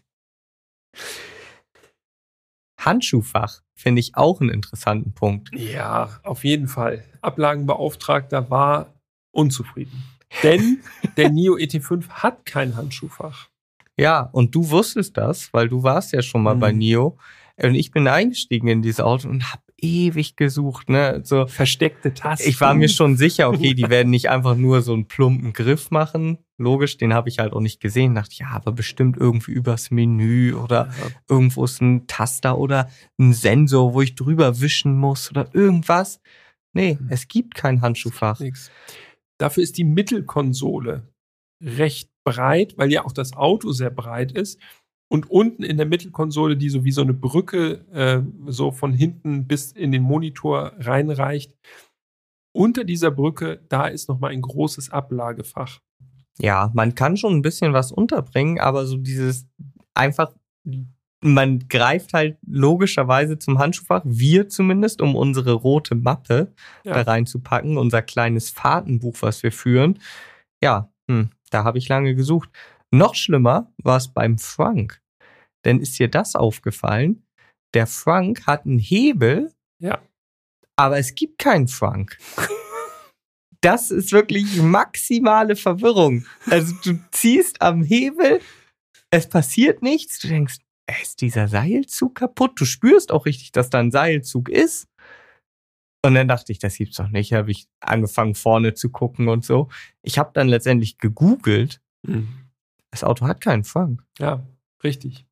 Speaker 1: Handschuhfach finde ich auch einen interessanten Punkt.
Speaker 3: Ja, auf jeden Fall. Ablagenbeauftragter war unzufrieden. Denn der Nio E T fünf hat kein Handschuhfach.
Speaker 1: Ja, und du wusstest das, weil du warst ja schon mal mhm. bei Nio. Und ich bin eingestiegen in dieses Auto und habe ewig gesucht, ne? So
Speaker 3: versteckte Tasten.
Speaker 1: Ich war mir schon sicher, okay, die werden nicht einfach nur so einen plumpen Griff machen. Logisch, den habe ich halt auch nicht gesehen. Dachte, ja, aber bestimmt irgendwie übers Menü oder ja. irgendwo ist ein Taster oder ein Sensor, wo ich drüber wischen muss oder irgendwas. Nee, mhm. es gibt kein Handschuhfach.
Speaker 3: Nix. Dafür ist die Mittelkonsole recht breit, weil ja auch das Auto sehr breit ist. Und unten in der Mittelkonsole, die so wie so eine Brücke äh, so von hinten bis in den Monitor reinreicht, unter dieser Brücke, da ist nochmal ein großes Ablagefach.
Speaker 1: Ja, man kann schon ein bisschen was unterbringen, aber so dieses einfach, man greift halt logischerweise zum Handschuhfach, wir zumindest, um unsere rote Mappe ja. da reinzupacken, unser kleines Fahrtenbuch, was wir führen. Ja, hm, da habe ich lange gesucht. Noch schlimmer war es beim Frank. Denn ist dir das aufgefallen? Der Frank hat einen Hebel,
Speaker 3: ja.
Speaker 1: aber es gibt keinen Frank. Das ist wirklich maximale Verwirrung. Also du ziehst am Hebel, es passiert nichts, du denkst, ist dieser Seilzug kaputt? Du spürst auch richtig, dass da ein Seilzug ist. Und dann dachte ich, das gibt's doch nicht. Habe ich angefangen vorne zu gucken und so. Ich habe dann letztendlich gegoogelt.
Speaker 3: Mhm.
Speaker 1: Das Auto hat keinen Frank.
Speaker 3: Ja, richtig.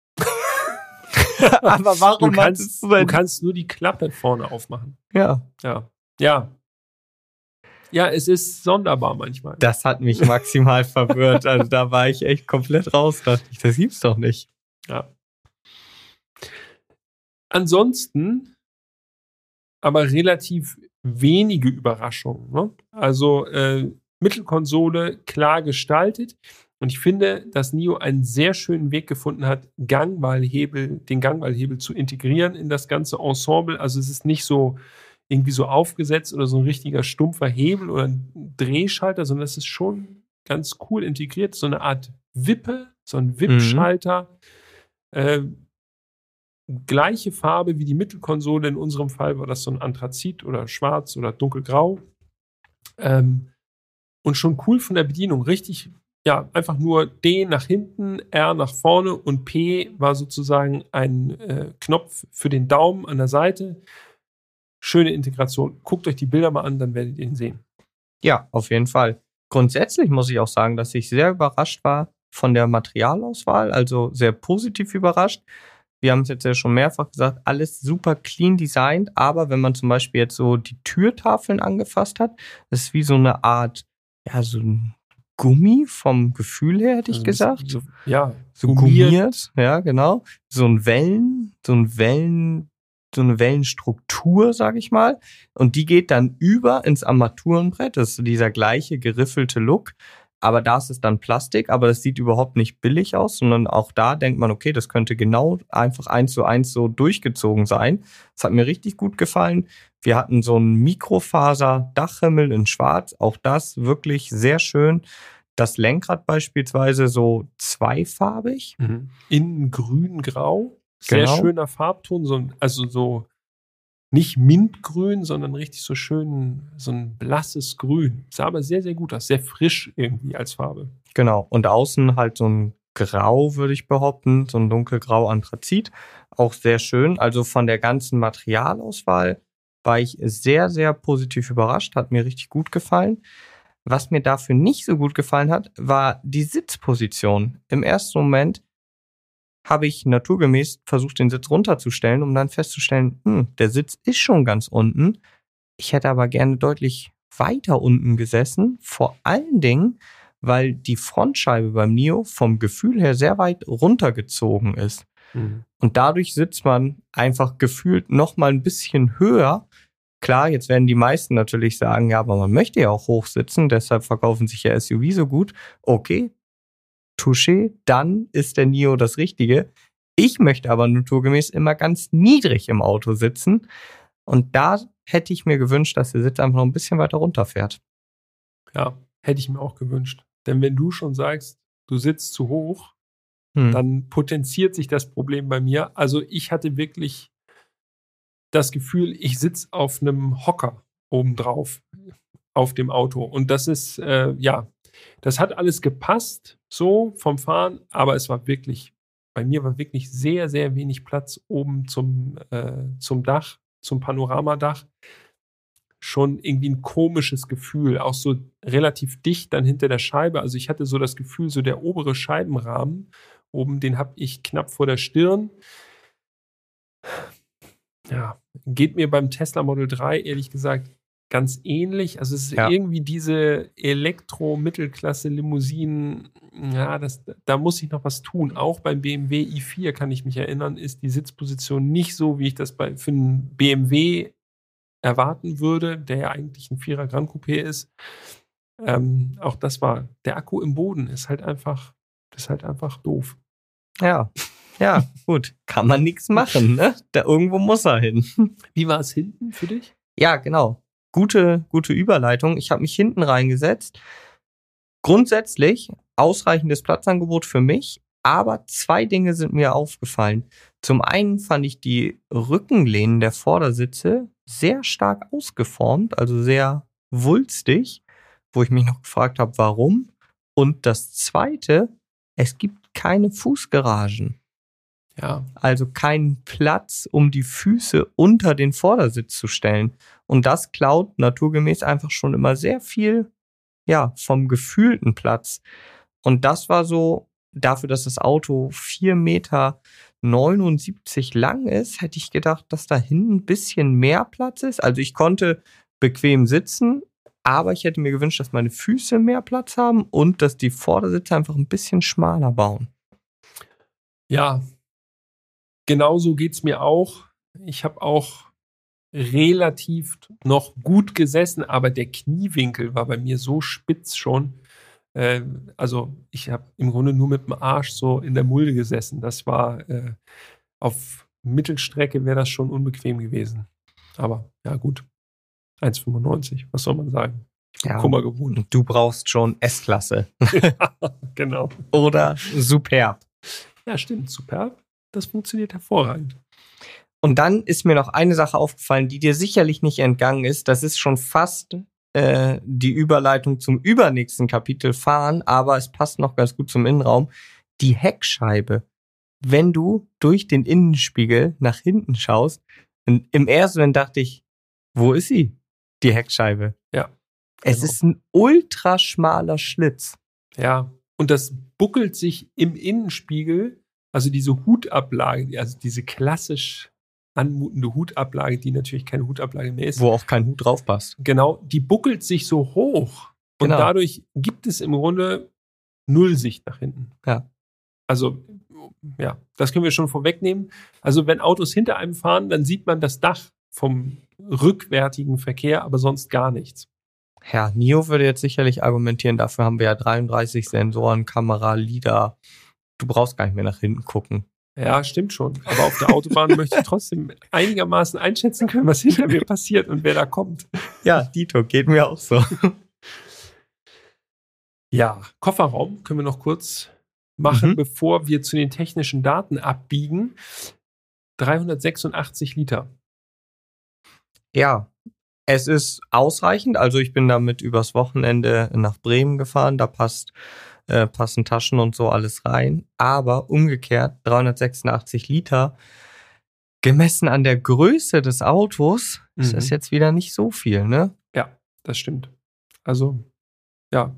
Speaker 1: Aber warum
Speaker 3: du kannst, du, du kannst nur die Klappe vorne aufmachen.
Speaker 1: Ja.
Speaker 3: Ja. Ja. Ja, es ist sonderbar manchmal.
Speaker 1: Das hat mich maximal verwirrt. Also da war ich echt komplett raus. Dachte ich, das gibt's doch nicht.
Speaker 3: Ja. Ansonsten aber relativ wenige Überraschungen. Ne? Also äh, Mittelkonsole klar gestaltet. Und ich finde, dass N I O einen sehr schönen Weg gefunden hat, Gangwahlhebel, den Gangwahlhebel zu integrieren in das ganze Ensemble. Also es ist nicht so irgendwie so aufgesetzt oder so ein richtiger stumpfer Hebel oder ein Drehschalter, sondern es ist schon ganz cool integriert. So eine Art Wippe, so ein Wippschalter. Mhm. Äh, gleiche Farbe wie die Mittelkonsole. In unserem Fall war das so ein Anthrazit oder schwarz oder dunkelgrau. Ähm, und schon cool von der Bedienung. Richtig, ja, einfach nur D nach hinten, R nach vorne und P war sozusagen ein äh, Knopf für den Daumen an der Seite. Schöne Integration. Guckt euch die Bilder mal an, dann werdet ihr ihn sehen.
Speaker 1: Ja, auf jeden Fall. Grundsätzlich muss ich auch sagen, dass ich sehr überrascht war von der Materialauswahl, also sehr positiv überrascht. Wir haben es jetzt ja schon mehrfach gesagt, alles super clean designt, aber wenn man zum Beispiel jetzt so die Türtafeln angefasst hat, das ist wie so eine Art, ja, so ein Gummi vom Gefühl her, hätte ich also gesagt.
Speaker 3: So, ja,
Speaker 1: so gummiert. gummiert, ja, genau. So ein Wellen, so ein Wellen, so eine Wellenstruktur, sage ich mal. Und die geht dann über ins Armaturenbrett. Das ist dieser gleiche geriffelte Look. Aber da ist es dann Plastik, aber das sieht überhaupt nicht billig aus, sondern auch da denkt man, okay, das könnte genau einfach eins zu eins so durchgezogen sein. Das hat mir richtig gut gefallen. Wir hatten so einen Mikrofaser-Dachhimmel in Schwarz, auch das wirklich sehr schön. Das Lenkrad beispielsweise so zweifarbig.
Speaker 3: Mhm. In grün-grau. Sehr
Speaker 1: genau.
Speaker 3: Schöner Farbton, so, also so nicht mintgrün, sondern richtig so schön, so ein blasses Grün. Sah aber sehr, sehr gut aus. Sehr frisch irgendwie als Farbe.
Speaker 1: Genau. Und außen halt so ein Grau, würde ich behaupten. So ein dunkelgrau Anthrazit. Auch sehr schön. Also von der ganzen Materialauswahl war ich sehr, sehr positiv überrascht. Hat mir richtig gut gefallen. Was mir dafür nicht so gut gefallen hat, war die Sitzposition. Im ersten Moment habe ich naturgemäß versucht, den Sitz runterzustellen, um dann festzustellen, hm, der Sitz ist schon ganz unten. Ich hätte aber gerne deutlich weiter unten gesessen, vor allen Dingen, weil die Frontscheibe beim N I O vom Gefühl her sehr weit runtergezogen ist. Mhm. Und dadurch sitzt man einfach gefühlt noch mal ein bisschen höher. Klar, jetzt werden die meisten natürlich sagen, ja, aber man möchte ja auch hoch sitzen, deshalb verkaufen sich ja S U V so gut. Okay, Touché, dann ist der N I O das Richtige. Ich möchte aber naturgemäß immer ganz niedrig im Auto sitzen. Und da hätte ich mir gewünscht, dass der Sitz einfach noch ein bisschen weiter runterfährt.
Speaker 3: Ja, hätte ich mir auch gewünscht. Denn wenn du schon sagst, du sitzt zu hoch, hm. dann potenziert sich das Problem bei mir. Also ich hatte wirklich das Gefühl, ich sitze auf einem Hocker obendrauf auf dem Auto. Und das ist, äh, ja, das hat alles gepasst, so vom Fahren, aber es war wirklich, bei mir war wirklich sehr, sehr wenig Platz oben zum, äh, zum Dach, zum Panoramadach. Schon irgendwie ein komisches Gefühl, auch so relativ dicht dann hinter der Scheibe. Also ich hatte so das Gefühl, so der obere Scheibenrahmen oben, den habe ich knapp vor der Stirn. Ja, geht mir beim Tesla Model drei ehrlich gesagt ganz ähnlich. Also es ist ja. irgendwie diese Elektro-Mittelklasse-Limousinen, ja, das, da muss ich noch was tun. Auch beim B M W i vier, kann ich mich erinnern, ist die Sitzposition nicht so, wie ich das bei, für einen B M W erwarten würde, der ja eigentlich ein Vierer Grand Coupé ist. Ähm, auch das war, der Akku im Boden ist halt einfach, ist halt einfach doof.
Speaker 1: Ja, ja, gut. Kann man nichts machen, ne? Da irgendwo muss er hin.
Speaker 3: Wie war es hinten für dich?
Speaker 1: Ja, genau. Gute, gute Überleitung. Ich habe mich hinten reingesetzt. Grundsätzlich ausreichendes Platzangebot für mich, aber zwei Dinge sind mir aufgefallen. Zum einen fand ich die Rückenlehnen der Vordersitze sehr stark ausgeformt, also sehr wulstig, wo ich mich noch gefragt habe, warum. Und das zweite, es gibt keine Fußgaragen.
Speaker 3: Ja.
Speaker 1: Also keinen Platz, um die Füße unter den Vordersitz zu stellen. Und das klaut naturgemäß einfach schon immer sehr viel, ja, vom gefühlten Platz. Und das war so, dafür, dass das Auto vier Meter neunundsiebzig lang ist, hätte ich gedacht, dass da hinten ein bisschen mehr Platz ist. Also ich konnte bequem sitzen, aber ich hätte mir gewünscht, dass meine Füße mehr Platz haben und dass die Vordersitze einfach ein bisschen schmaler bauen.
Speaker 3: Ja, genauso geht es mir auch. Ich habe auch relativ noch gut gesessen, aber der Kniewinkel war bei mir so spitz schon, Äh, also ich habe im Grunde nur mit dem Arsch so in der Mulde gesessen. Das war äh, auf Mittelstrecke wäre das schon unbequem gewesen. Aber ja gut, eins Komma fünfundneunzig, was soll man sagen? Ich bin
Speaker 1: Ja.
Speaker 3: Kummer gewohnt.
Speaker 1: Und du brauchst schon S-Klasse.
Speaker 3: Genau.
Speaker 1: Oder Superb.
Speaker 3: Ja, stimmt, superb. Das funktioniert hervorragend.
Speaker 1: Und dann ist mir noch eine Sache aufgefallen, die dir sicherlich nicht entgangen ist. Das ist schon fast äh, die Überleitung zum übernächsten Kapitel Fahren, aber es passt noch ganz gut zum Innenraum. Die Heckscheibe. Wenn du durch den Innenspiegel nach hinten schaust, und im ersten Moment dachte ich, wo ist sie? Die Heckscheibe.
Speaker 3: Ja.
Speaker 1: Es
Speaker 3: genau.
Speaker 1: ist ein ultraschmaler Schlitz.
Speaker 3: Ja, und das buckelt sich im Innenspiegel, also diese Hutablage, also diese klassisch anmutende Hutablage, die natürlich keine Hutablage mehr ist.
Speaker 1: Wo auch kein Hut drauf passt.
Speaker 3: Genau, die buckelt sich so hoch. Und
Speaker 1: Genau.
Speaker 3: dadurch gibt es im Grunde null Sicht nach hinten.
Speaker 1: Ja.
Speaker 3: Also, ja, das können wir schon vorwegnehmen. Also, wenn Autos hinter einem fahren, dann sieht man das Dach vom rückwärtigen Verkehr, aber sonst gar nichts.
Speaker 1: Ja, NIO würde jetzt sicherlich argumentieren, dafür haben wir ja dreiunddreißig Sensoren, Kamera, LiDAR. Du brauchst gar nicht mehr nach hinten gucken.
Speaker 3: Ja, stimmt schon. Aber auf der Autobahn möchte ich trotzdem einigermaßen einschätzen können, was hinter mir passiert und wer da kommt.
Speaker 1: Ja, Dito, geht mir auch so.
Speaker 3: Ja, Kofferraum können wir noch kurz machen,
Speaker 1: Mhm.
Speaker 3: bevor wir zu den technischen Daten abbiegen. dreihundertsechsundachtzig Liter.
Speaker 1: Ja, es ist ausreichend. Also ich bin damit übers Wochenende nach Bremen gefahren. Da passt, äh, passen Taschen und so alles rein. Aber umgekehrt, dreihundertsechsundachtzig Liter, gemessen an der Größe des Autos, ist
Speaker 3: Mhm.
Speaker 1: das jetzt wieder nicht so viel, ne?
Speaker 3: Ja, das stimmt. Also, ja.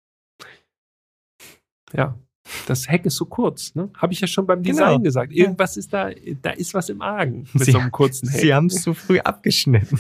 Speaker 3: Ja, das Heck ist so kurz, ne? Habe ich ja schon beim Design
Speaker 1: Genau.
Speaker 3: gesagt. Irgendwas ist da, da ist was im Argen mit
Speaker 1: Sie-
Speaker 3: so einem kurzen Heck.
Speaker 1: Sie haben es zu früh abgeschnitten.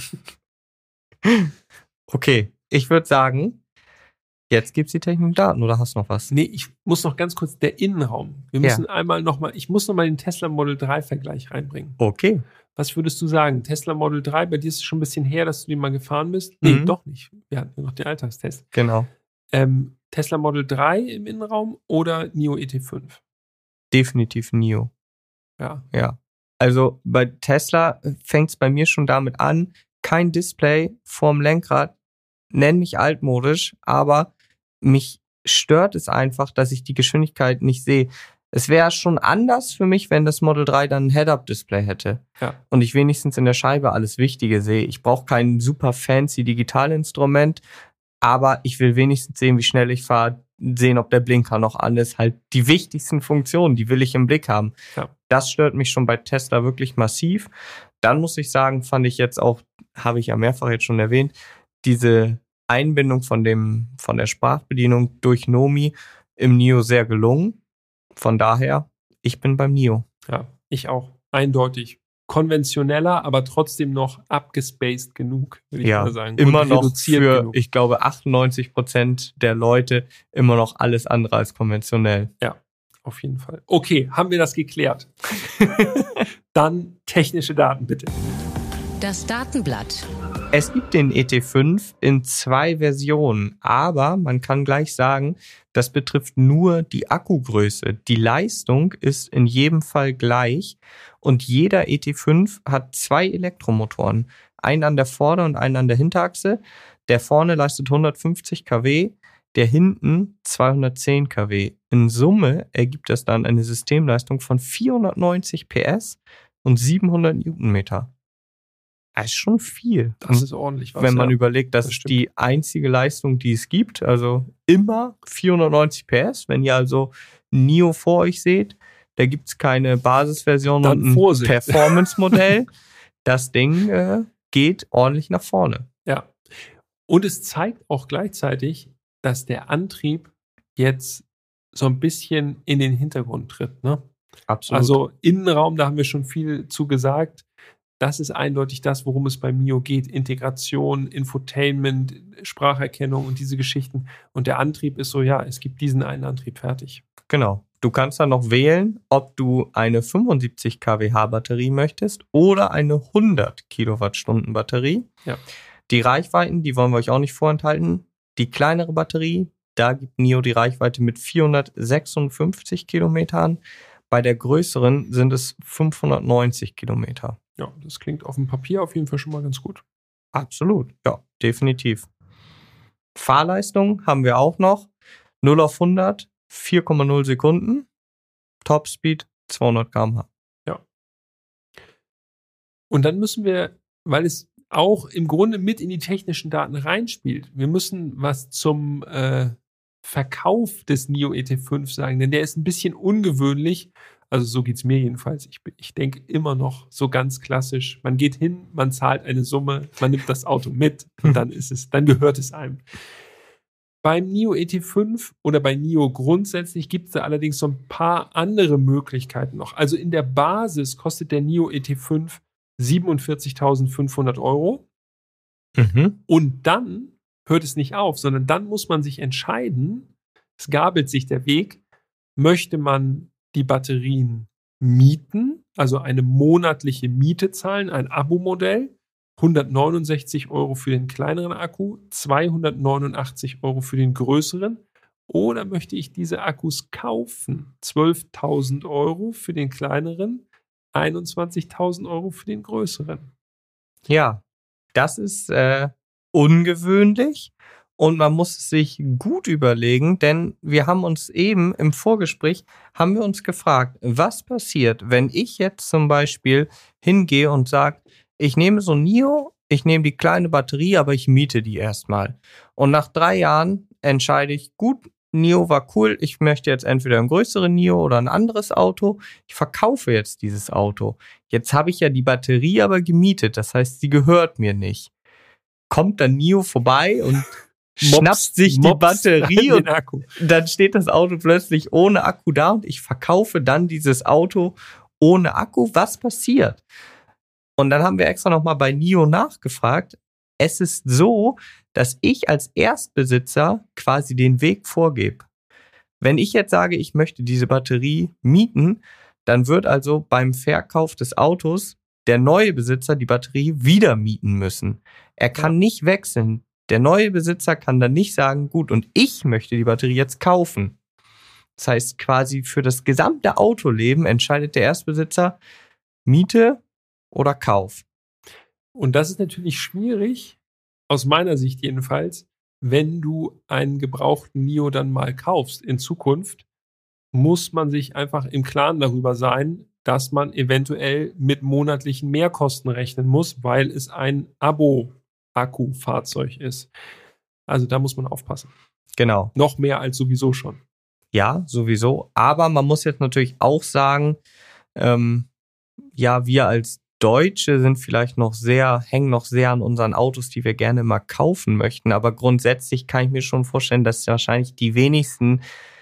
Speaker 1: Okay, ich würde sagen, jetzt gibt's die technischen Daten, oder hast du noch was?
Speaker 3: Nee, ich muss noch ganz kurz, der Innenraum. Wir
Speaker 1: Ja.
Speaker 3: müssen einmal nochmal, ich muss nochmal den Tesla Model drei Vergleich reinbringen.
Speaker 1: Okay.
Speaker 3: Was würdest du sagen? Tesla Model drei, bei dir ist es schon ein bisschen her, dass du den mal gefahren bist? Nee,
Speaker 1: Mhm.
Speaker 3: doch nicht. Wir hatten ja noch den Alltagstest.
Speaker 1: Genau.
Speaker 3: Ähm, Tesla Model drei im Innenraum oder NIO E T fünf?
Speaker 1: Definitiv NIO.
Speaker 3: Ja.
Speaker 1: Ja. Also bei Tesla fängt es bei mir schon damit an, kein Display vorm Lenkrad, nenn mich altmodisch, aber mich stört es einfach, dass ich die Geschwindigkeit nicht sehe. Es wäre schon anders für mich, wenn das Model drei dann ein Head-Up-Display hätte.
Speaker 3: Ja.
Speaker 1: Und ich wenigstens in der Scheibe alles Wichtige sehe. Ich brauche kein super fancy Digitalinstrument, aber ich will wenigstens sehen, wie schnell ich fahre, sehen, ob der Blinker noch an ist. Halt die wichtigsten Funktionen, die will ich im Blick haben.
Speaker 3: Ja.
Speaker 1: Das stört mich schon bei Tesla wirklich massiv. Dann muss ich sagen, fand ich jetzt auch, habe ich ja mehrfach jetzt schon erwähnt, diese Einbindung von dem, von der Sprachbedienung durch Nomi im NIO sehr gelungen. Von daher, ich bin beim NIO.
Speaker 3: Ja, ich auch. Eindeutig. Konventioneller, aber trotzdem noch abgespaced genug, würde ich
Speaker 1: Ja,
Speaker 3: mal sagen.
Speaker 1: immer
Speaker 3: Und
Speaker 1: noch
Speaker 3: reduziert
Speaker 1: für,
Speaker 3: genug.
Speaker 1: ich glaube, achtundneunzig Prozent der Leute immer noch alles andere als konventionell.
Speaker 3: Auf jeden Fall. Okay, haben wir das geklärt. Dann technische Daten, bitte.
Speaker 2: Das Datenblatt.
Speaker 1: Es gibt den E T fünf in zwei Versionen, aber man kann gleich sagen, das betrifft nur die Akkugröße. Die Leistung ist in jedem Fall gleich und jeder E T fünf hat zwei Elektromotoren, einen an der Vorder- und einen an der Hinterachse. Der vorne leistet hundertfünfzig Kilowatt, der hinten zweihundertzehn Kilowatt. In Summe ergibt das dann eine Systemleistung von vierhundertneunzig P S und siebenhundert Newtonmeter. Das ist schon viel.
Speaker 3: Das ist ordentlich was.
Speaker 1: Wenn man
Speaker 3: ja.
Speaker 1: überlegt, das,
Speaker 3: das
Speaker 1: ist
Speaker 3: stimmt.
Speaker 1: die einzige Leistung, die es gibt. Also immer vierhundertneunzig P S. Wenn ihr also NIO vor euch seht, da gibt es keine Basisversion
Speaker 3: Dann
Speaker 1: und ein
Speaker 3: Vorsicht.
Speaker 1: Performance-Modell. Das Ding äh, geht ordentlich nach vorne.
Speaker 3: Ja. Und es zeigt auch gleichzeitig, dass der Antrieb jetzt so ein bisschen in den Hintergrund tritt. Ne?
Speaker 1: Absolut.
Speaker 3: Also Innenraum, da haben wir schon viel zu gesagt. Das ist eindeutig das, worum es beim NIO geht. Integration, Infotainment, Spracherkennung und diese Geschichten. Und der Antrieb ist so, ja, es gibt diesen einen Antrieb, fertig.
Speaker 1: Genau. Du kannst dann noch wählen, ob du eine fünfundsiebzig Kilowatt Batterie möchtest oder eine hundert Kilowattstunden Batterie.
Speaker 3: Ja.
Speaker 1: Die Reichweiten, die wollen wir euch auch nicht vorenthalten. Die kleinere Batterie Da gibt Nio die Reichweite mit vierhundertsechsundfünfzig Kilometern. Bei der größeren sind es fünfhundertneunzig Kilometer.
Speaker 3: Ja, das klingt auf dem Papier auf jeden Fall schon mal ganz gut.
Speaker 1: Absolut, ja, definitiv. Fahrleistung haben wir auch noch. null auf hundert, vier Komma null Sekunden. Topspeed, zweihundert Kilometer pro Stunde.
Speaker 3: Ja. Und dann müssen wir, weil es auch im Grunde mit in die technischen Daten reinspielt, wir müssen was zum äh, Verkauf des Nio E T fünf sagen, denn der ist ein bisschen ungewöhnlich. Also so geht es mir jedenfalls. Ich, ich denke immer noch so ganz klassisch. Man geht hin, man zahlt eine Summe, man nimmt das Auto mit und dann ist es, dann gehört es einem. Beim Nio E T fünf oder bei Nio grundsätzlich gibt es da allerdings so ein paar andere Möglichkeiten noch. Also in der Basis kostet der Nio E T fünf siebenundvierzigtausendfünfhundert Euro.
Speaker 1: Mhm.
Speaker 3: Und dann hört es nicht auf, sondern dann muss man sich entscheiden, es gabelt sich der Weg, möchte man die Batterien mieten, also eine monatliche Miete zahlen, ein Abo-Modell, hundertneunundsechzig Euro für den kleineren Akku, zweihundertneunundachtzig Euro für den größeren, oder möchte ich diese Akkus kaufen, zwölftausend Euro für den kleineren, einundzwanzigtausend Euro für den größeren.
Speaker 1: Ja, das ist äh, ungewöhnlich und man muss es sich gut überlegen, denn wir haben uns eben im Vorgespräch, haben wir uns gefragt, was passiert, wenn ich jetzt zum Beispiel hingehe und sage, ich nehme so ein Nio, ich nehme die kleine Batterie, aber ich miete die erstmal. Und nach drei Jahren entscheide ich, gut, Nio war cool, ich möchte jetzt entweder ein größeres Nio oder ein anderes Auto. Ich verkaufe jetzt dieses Auto. Jetzt habe ich ja die Batterie aber gemietet, das heißt, sie gehört mir nicht. Kommt dann Nio vorbei und schnappt sich die Batterie und
Speaker 3: Akku.
Speaker 1: Dann steht das Auto plötzlich ohne Akku da und ich verkaufe dann dieses Auto ohne Akku. Was passiert? Und dann haben wir extra nochmal bei Nio nachgefragt. Es ist so, dass ich als Erstbesitzer quasi den Weg vorgebe. Wenn ich jetzt sage, ich möchte diese Batterie mieten, dann wird also beim Verkauf des Autos der neue Besitzer die Batterie wieder mieten müssen. Er kann ja. nicht wechseln. Der neue Besitzer kann dann nicht sagen, gut, und ich möchte die Batterie jetzt kaufen. Das heißt, quasi für das gesamte Autoleben entscheidet der Erstbesitzer Miete oder Kauf.
Speaker 3: Und das ist natürlich schwierig, aus meiner Sicht jedenfalls, wenn du einen gebrauchten Nio dann mal kaufst in Zukunft, muss man sich einfach im Klaren darüber sein, dass man eventuell mit monatlichen Mehrkosten rechnen muss, weil es ein Abo-Akku-Fahrzeug ist. Also da muss man aufpassen.
Speaker 1: Genau.
Speaker 3: Noch mehr als sowieso schon.
Speaker 1: Ja, sowieso. Aber man muss jetzt natürlich auch sagen, ähm, ja, wir als Deutsche sind vielleicht noch sehr, hängen noch sehr an unseren Autos, die wir gerne mal kaufen möchten. Aber grundsätzlich kann ich mir schon vorstellen, dass wahrscheinlich die wenigsten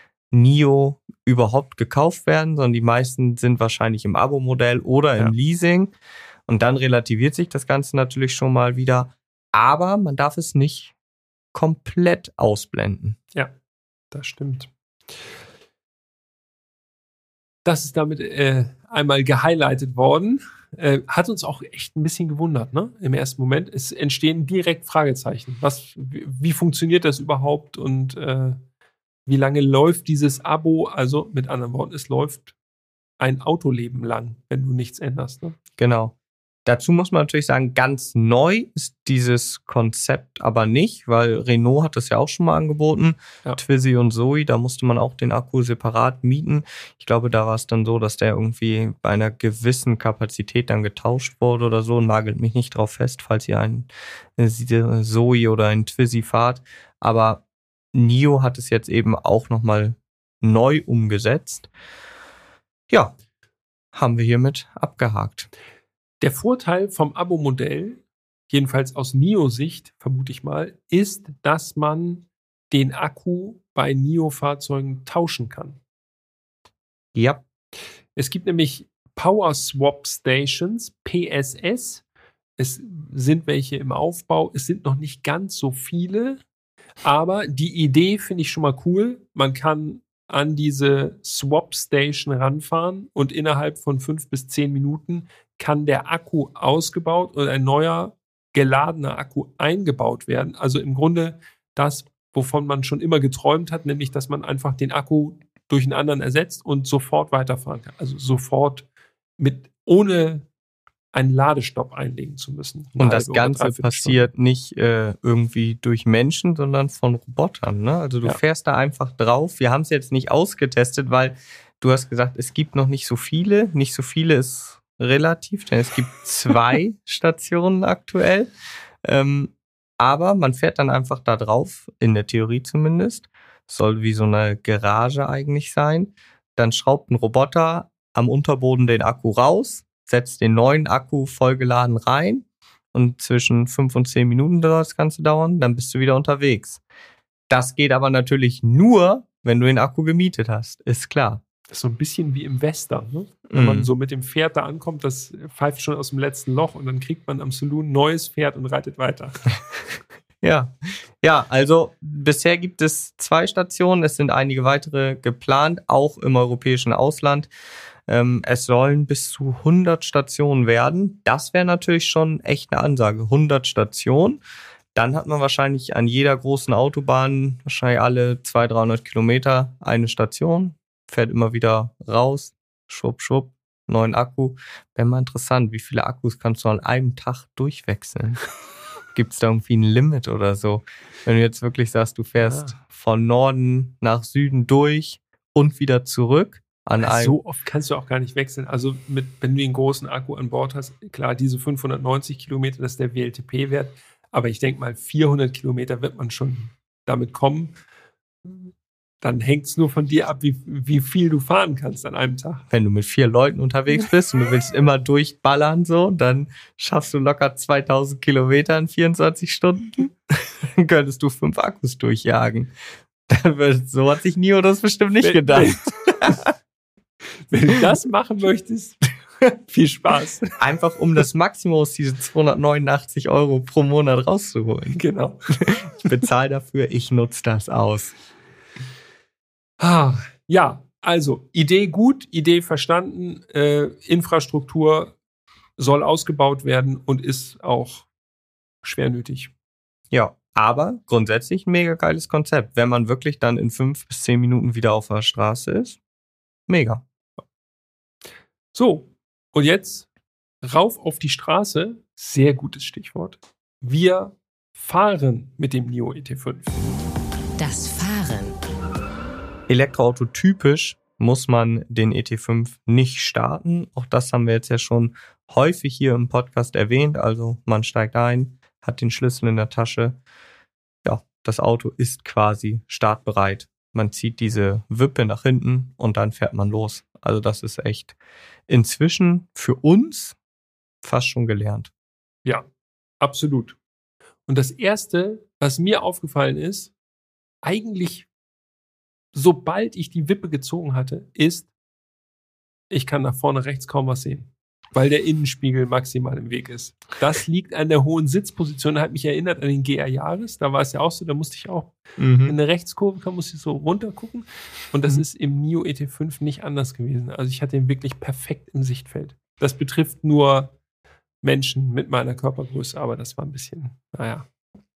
Speaker 1: Nio überhaupt gekauft werden, sondern die meisten sind wahrscheinlich im Abo-Modell oder im ja. Leasing. Und dann relativiert sich das Ganze natürlich schon mal wieder. Aber man darf es nicht komplett ausblenden.
Speaker 3: Ja, das stimmt. Das ist damit äh, einmal gehighlightet worden. Äh, hat uns auch echt ein bisschen gewundert, ne? Im ersten Moment. Es entstehen direkt Fragezeichen. Was, wie, wie funktioniert das überhaupt und äh, wie lange läuft dieses Abo? Also mit anderen Worten, es läuft ein Autoleben lang, wenn du nichts änderst, ne?
Speaker 1: Genau. Dazu muss man natürlich sagen, ganz neu ist dieses Konzept aber nicht, weil Renault hat das ja auch schon mal angeboten. Ja. Twizy und Zoe, da musste man auch den Akku separat mieten. Ich glaube, da war es dann so, dass der irgendwie bei einer gewissen Kapazität dann getauscht wurde oder so. Nagelt mich nicht drauf fest, falls ihr einen Zoe oder einen Twizy fahrt. Aber Nio hat es jetzt eben auch nochmal neu umgesetzt. Ja, haben wir hiermit abgehakt.
Speaker 3: Der Vorteil vom Abo-Modell, jedenfalls aus Nio-Sicht, vermute ich mal, ist, dass man den Akku bei Nio-Fahrzeugen tauschen kann.
Speaker 1: Ja.
Speaker 3: Es gibt nämlich Power Swap Stations, P S S. Es sind welche im Aufbau. Es sind noch nicht ganz so viele, aber die Idee finde ich schon mal cool. Man kann an diese Swap Station ranfahren und innerhalb von fünf bis zehn Minuten kann der Akku ausgebaut und ein neuer geladener Akku eingebaut werden. Also im Grunde das, wovon man schon immer geträumt hat, nämlich, dass man einfach den Akku durch einen anderen ersetzt und sofort weiterfahren kann. Also sofort mit, ohne einen Ladestopp einlegen zu müssen.
Speaker 1: Und das Ganze passiert nicht äh, irgendwie durch Menschen, sondern von Robotern. Ne? Also du ja. fährst da einfach drauf. Wir haben es jetzt nicht ausgetestet, weil du hast gesagt, es gibt noch nicht so viele. Nicht so viele ist relativ, denn es gibt zwei Stationen aktuell. Ähm, aber man fährt dann einfach da drauf, in der Theorie zumindest. Soll wie so eine Garage eigentlich sein. Dann schraubt ein Roboter am Unterboden den Akku raus, setzt den neuen Akku vollgeladen rein und zwischen fünf und zehn Minuten soll das Ganze dauern, dann bist du wieder unterwegs. Das geht aber natürlich nur, wenn du den Akku gemietet hast, ist klar.
Speaker 3: Das ist so ein bisschen wie im Western, ne? Wenn mm. man so mit dem Pferd da ankommt, das pfeift schon aus dem letzten Loch und dann kriegt man am Saloon ein neues Pferd und reitet weiter.
Speaker 1: Ja, ja, also bisher gibt es zwei Stationen, es sind einige weitere geplant, auch im europäischen Ausland. Ähm, es sollen bis zu hundert Stationen werden. Das wäre natürlich schon echt eine Ansage. hundert Stationen. Dann hat man wahrscheinlich an jeder großen Autobahn, wahrscheinlich alle zweihundert, dreihundert Kilometer, eine Station. Fährt immer wieder raus, schwupp, schwupp, neuen Akku. Wäre mal interessant, wie viele Akkus kannst du an einem Tag durchwechseln? Gibt es da irgendwie ein Limit oder so? Wenn du jetzt wirklich sagst, du fährst ja. von Norden nach Süden durch und wieder zurück. An einem.
Speaker 3: So oft kannst du auch gar nicht wechseln. Also mit, wenn du einen großen Akku an Bord hast, klar, diese fünfhundertneunzig Kilometer, das ist der W L T P-Wert. Aber ich denke mal, vierhundert Kilometer wird man schon damit kommen. Dann hängt es nur von dir ab, wie, wie viel du fahren kannst an einem Tag.
Speaker 1: Wenn du mit vier Leuten unterwegs bist und du willst immer durchballern, so, dann schaffst du locker zweitausend Kilometer in vierundzwanzig Stunden. Dann könntest du fünf Akkus durchjagen. Dann wird, so hat sich Nio das bestimmt nicht gedacht.
Speaker 3: Wenn du das machen möchtest, viel Spaß.
Speaker 1: Einfach um das Maximum aus diesen zweihundertneunundachtzig Euro pro Monat rauszuholen.
Speaker 3: Genau.
Speaker 1: Ich bezahle dafür, ich nutze das aus.
Speaker 3: Ah, ja, also Idee gut, Idee verstanden, äh, Infrastruktur soll ausgebaut werden und ist auch schwer nötig.
Speaker 1: Ja, aber grundsätzlich ein mega geiles Konzept, wenn man wirklich dann in fünf bis zehn Minuten wieder auf der Straße ist. Mega.
Speaker 3: So, und jetzt rauf auf die Straße, sehr gutes Stichwort. Wir fahren mit dem Nio E T fünf.
Speaker 2: Das Fahren.
Speaker 1: Elektroauto typisch muss man den E T fünf nicht starten. Auch das haben wir jetzt ja schon häufig hier im Podcast erwähnt. Also man steigt ein, hat den Schlüssel in der Tasche. Ja, das Auto ist quasi startbereit. Man zieht diese Wippe nach hinten und dann fährt man los. Also das ist echt inzwischen für uns fast schon gelernt.
Speaker 3: Ja, absolut. Und das Erste, was mir aufgefallen ist, eigentlich sobald ich die Wippe gezogen hatte, ist, ich kann nach vorne rechts kaum was sehen, weil der Innenspiegel maximal im Weg ist. Das liegt an der hohen Sitzposition, hat mich erinnert an den G R Yaris, da war es ja auch so, da musste ich auch mhm. in eine Rechtskurve kommen, musste ich so runter gucken und das mhm. ist im Nio E T fünf nicht anders gewesen. Also ich hatte ihn wirklich perfekt im Sichtfeld. Das betrifft nur Menschen mit meiner Körpergröße, aber das war ein bisschen, naja.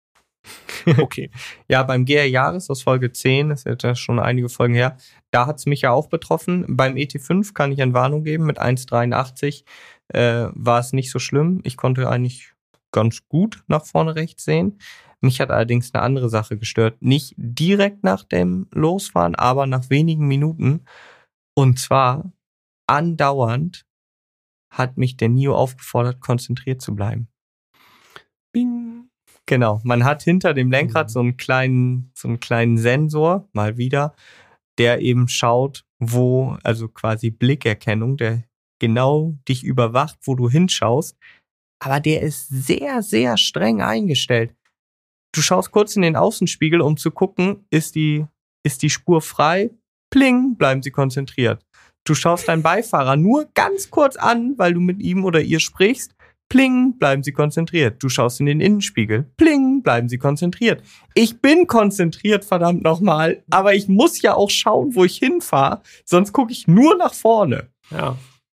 Speaker 3: Okay.
Speaker 1: Ja, beim G R Yaris aus Folge zehn, das ist ja schon einige Folgen her, da hat es mich ja auch betroffen. Beim E T fünf kann ich eine Warnung geben, mit eins Komma dreiundachtzig äh, war es nicht so schlimm. Ich konnte eigentlich ganz gut nach vorne rechts sehen. Mich hat allerdings eine andere Sache gestört. Nicht direkt nach dem Losfahren, aber nach wenigen Minuten. Und zwar andauernd hat mich der Nio aufgefordert, konzentriert zu bleiben.
Speaker 3: Bing.
Speaker 1: Genau, man hat hinter dem Lenkrad so einen kleinen, so einen kleinen Sensor, mal wieder, der eben schaut, wo, also quasi Blickerkennung, der genau dich überwacht, wo du hinschaust. Aber der ist sehr, sehr streng eingestellt. Du schaust kurz in den Außenspiegel, um zu gucken, ist die, ist die Spur frei? Pling, bleiben Sie konzentriert. Du schaust deinen Beifahrer nur ganz kurz an, weil du mit ihm oder ihr sprichst. Pling, bleiben Sie konzentriert. Du schaust in den Innenspiegel. Pling, bleiben Sie konzentriert. Ich bin konzentriert, verdammt nochmal. Aber ich muss ja auch schauen, wo ich hinfahre. Sonst gucke ich nur nach vorne.
Speaker 3: Ja.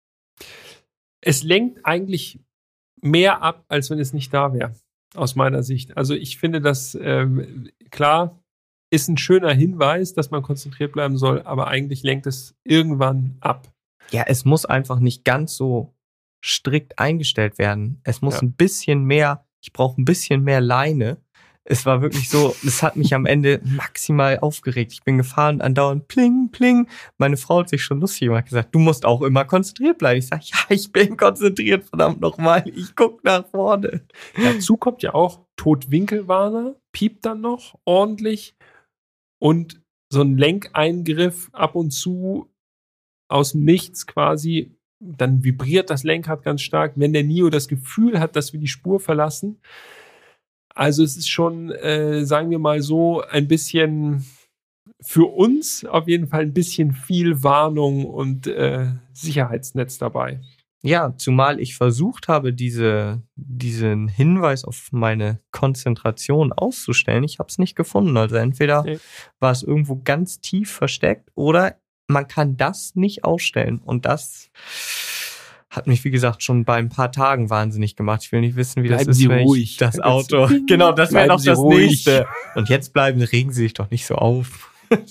Speaker 3: Es lenkt eigentlich mehr ab, als wenn es nicht da wäre. Aus meiner Sicht. Also ich finde das, ähm, klar, ist ein schöner Hinweis, dass man konzentriert bleiben soll, aber eigentlich lenkt es irgendwann ab.
Speaker 1: Ja, es muss einfach nicht ganz so strikt eingestellt werden. Es muss
Speaker 3: Ja.
Speaker 1: ein bisschen mehr, ich brauche ein bisschen mehr Leine. Es war wirklich so, es hat mich am Ende maximal aufgeregt. Ich bin gefahren, andauernd pling, pling. Meine Frau hat sich schon lustig gemacht, gesagt, du musst auch immer konzentriert bleiben. Ich sage, ja, ich bin konzentriert, verdammt nochmal. Ich gucke nach vorne.
Speaker 3: Dazu kommt ja auch Totwinkelwarner, piept dann noch ordentlich und so ein Lenkeingriff ab und zu aus dem Nichts quasi, dann vibriert das Lenkrad ganz stark, wenn der Nio das Gefühl hat, dass wir die Spur verlassen. Also es ist schon, äh, sagen wir mal so, ein bisschen für uns auf jeden Fall ein bisschen viel Warnung und äh, Sicherheitsnetz dabei.
Speaker 1: Ja, zumal ich versucht habe, diese, diesen Hinweis auf meine Konzentration auszustellen. Ich habe es nicht gefunden. Also entweder
Speaker 3: Nee.
Speaker 1: war es irgendwo ganz tief versteckt oder man kann das nicht ausstellen. Und das hat mich, wie gesagt, schon bei ein paar Tagen wahnsinnig gemacht. Ich will nicht wissen, wie
Speaker 3: Bleiben
Speaker 1: das ist,
Speaker 3: Sie
Speaker 1: wenn
Speaker 3: ruhig.
Speaker 1: ich das
Speaker 3: Jetzt-
Speaker 1: Auto... Genau, das wäre
Speaker 3: Bleiben
Speaker 1: doch
Speaker 3: Sie
Speaker 1: das
Speaker 3: ruhig.
Speaker 1: Nächste. Und jetzt bleiben, regen Sie sich doch nicht so auf.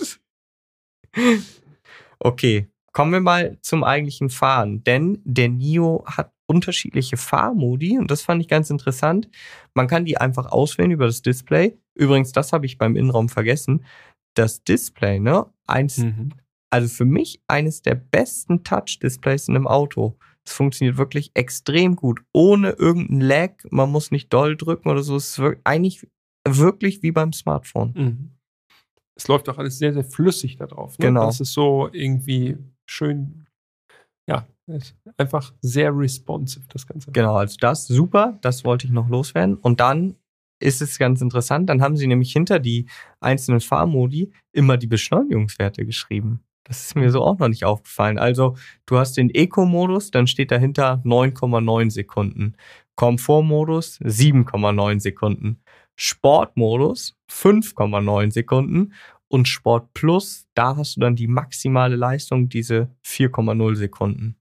Speaker 1: Okay, kommen wir mal zum eigentlichen Fahren. Denn der Nio hat unterschiedliche Fahrmodi und das fand ich ganz interessant. Man kann die einfach auswählen über das Display. Übrigens, das habe ich beim Innenraum vergessen. Das Display, ne? Eins,
Speaker 3: Mhm.
Speaker 1: also für mich eines der besten Touch-Displays in einem Auto. Es funktioniert wirklich extrem gut, ohne irgendeinen Lag. Man muss nicht doll drücken oder so. Es ist wirklich, eigentlich wirklich wie beim Smartphone.
Speaker 3: Mhm. Es läuft auch alles sehr, sehr flüssig da drauf. Ne?
Speaker 1: Genau.
Speaker 3: Das ist so irgendwie schön, ja, ist einfach sehr responsive, das Ganze.
Speaker 1: Genau, also das super, das wollte ich noch loswerden. Und dann ist es ganz interessant, dann haben sie nämlich hinter die einzelnen Fahrmodi immer die Beschleunigungswerte geschrieben. Das ist mir so auch noch nicht aufgefallen. Also du hast den Eco-Modus, dann steht dahinter neun Komma neun Sekunden. Komfort-Modus sieben Komma neun Sekunden. Sport-Modus fünf Komma neun Sekunden. Und Sport Plus, da hast du dann die maximale Leistung, diese vier Komma null Sekunden.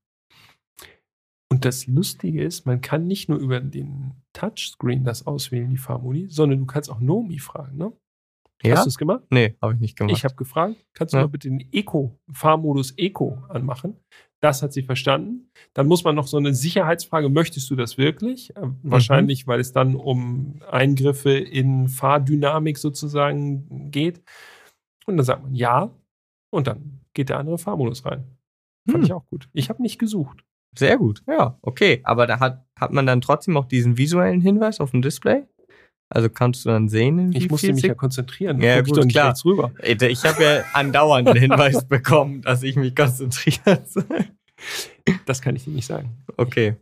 Speaker 3: Und das Lustige ist, man kann nicht nur über den Touchscreen das auswählen, die Fahrmodi, sondern du kannst auch Nomi fragen, ne?
Speaker 1: Ja?
Speaker 3: Hast du es gemacht?
Speaker 1: Nee, habe ich nicht gemacht.
Speaker 3: Ich habe gefragt, kannst du
Speaker 1: Ja.
Speaker 3: mal bitte den Eco, Fahrmodus Eco anmachen? Das hat sie verstanden. Dann muss man noch so eine Sicherheitsfrage, möchtest du das wirklich? Äh, Wahrscheinlich, weil es dann um Eingriffe in Fahrdynamik sozusagen geht. Und dann sagt man ja und dann geht der andere Fahrmodus rein. Fand
Speaker 1: Hm.
Speaker 3: ich auch gut. Ich habe nicht gesucht.
Speaker 1: Sehr gut, ja, okay. Aber da hat, hat man dann trotzdem auch diesen visuellen Hinweis auf dem Display? Also kannst du dann sehen, in
Speaker 3: Ich
Speaker 1: wie
Speaker 3: musste
Speaker 1: viel
Speaker 3: mich ja
Speaker 1: Sek-
Speaker 3: konzentrieren.
Speaker 1: Ja,
Speaker 3: Guck ich
Speaker 1: gut,
Speaker 3: doch nicht
Speaker 1: klar.
Speaker 3: rechts rüber.
Speaker 1: Ey, Ich habe ja andauernd einen Hinweis bekommen, dass ich mich konzentrieren soll.
Speaker 3: Das kann ich dir nicht sagen.
Speaker 1: Okay.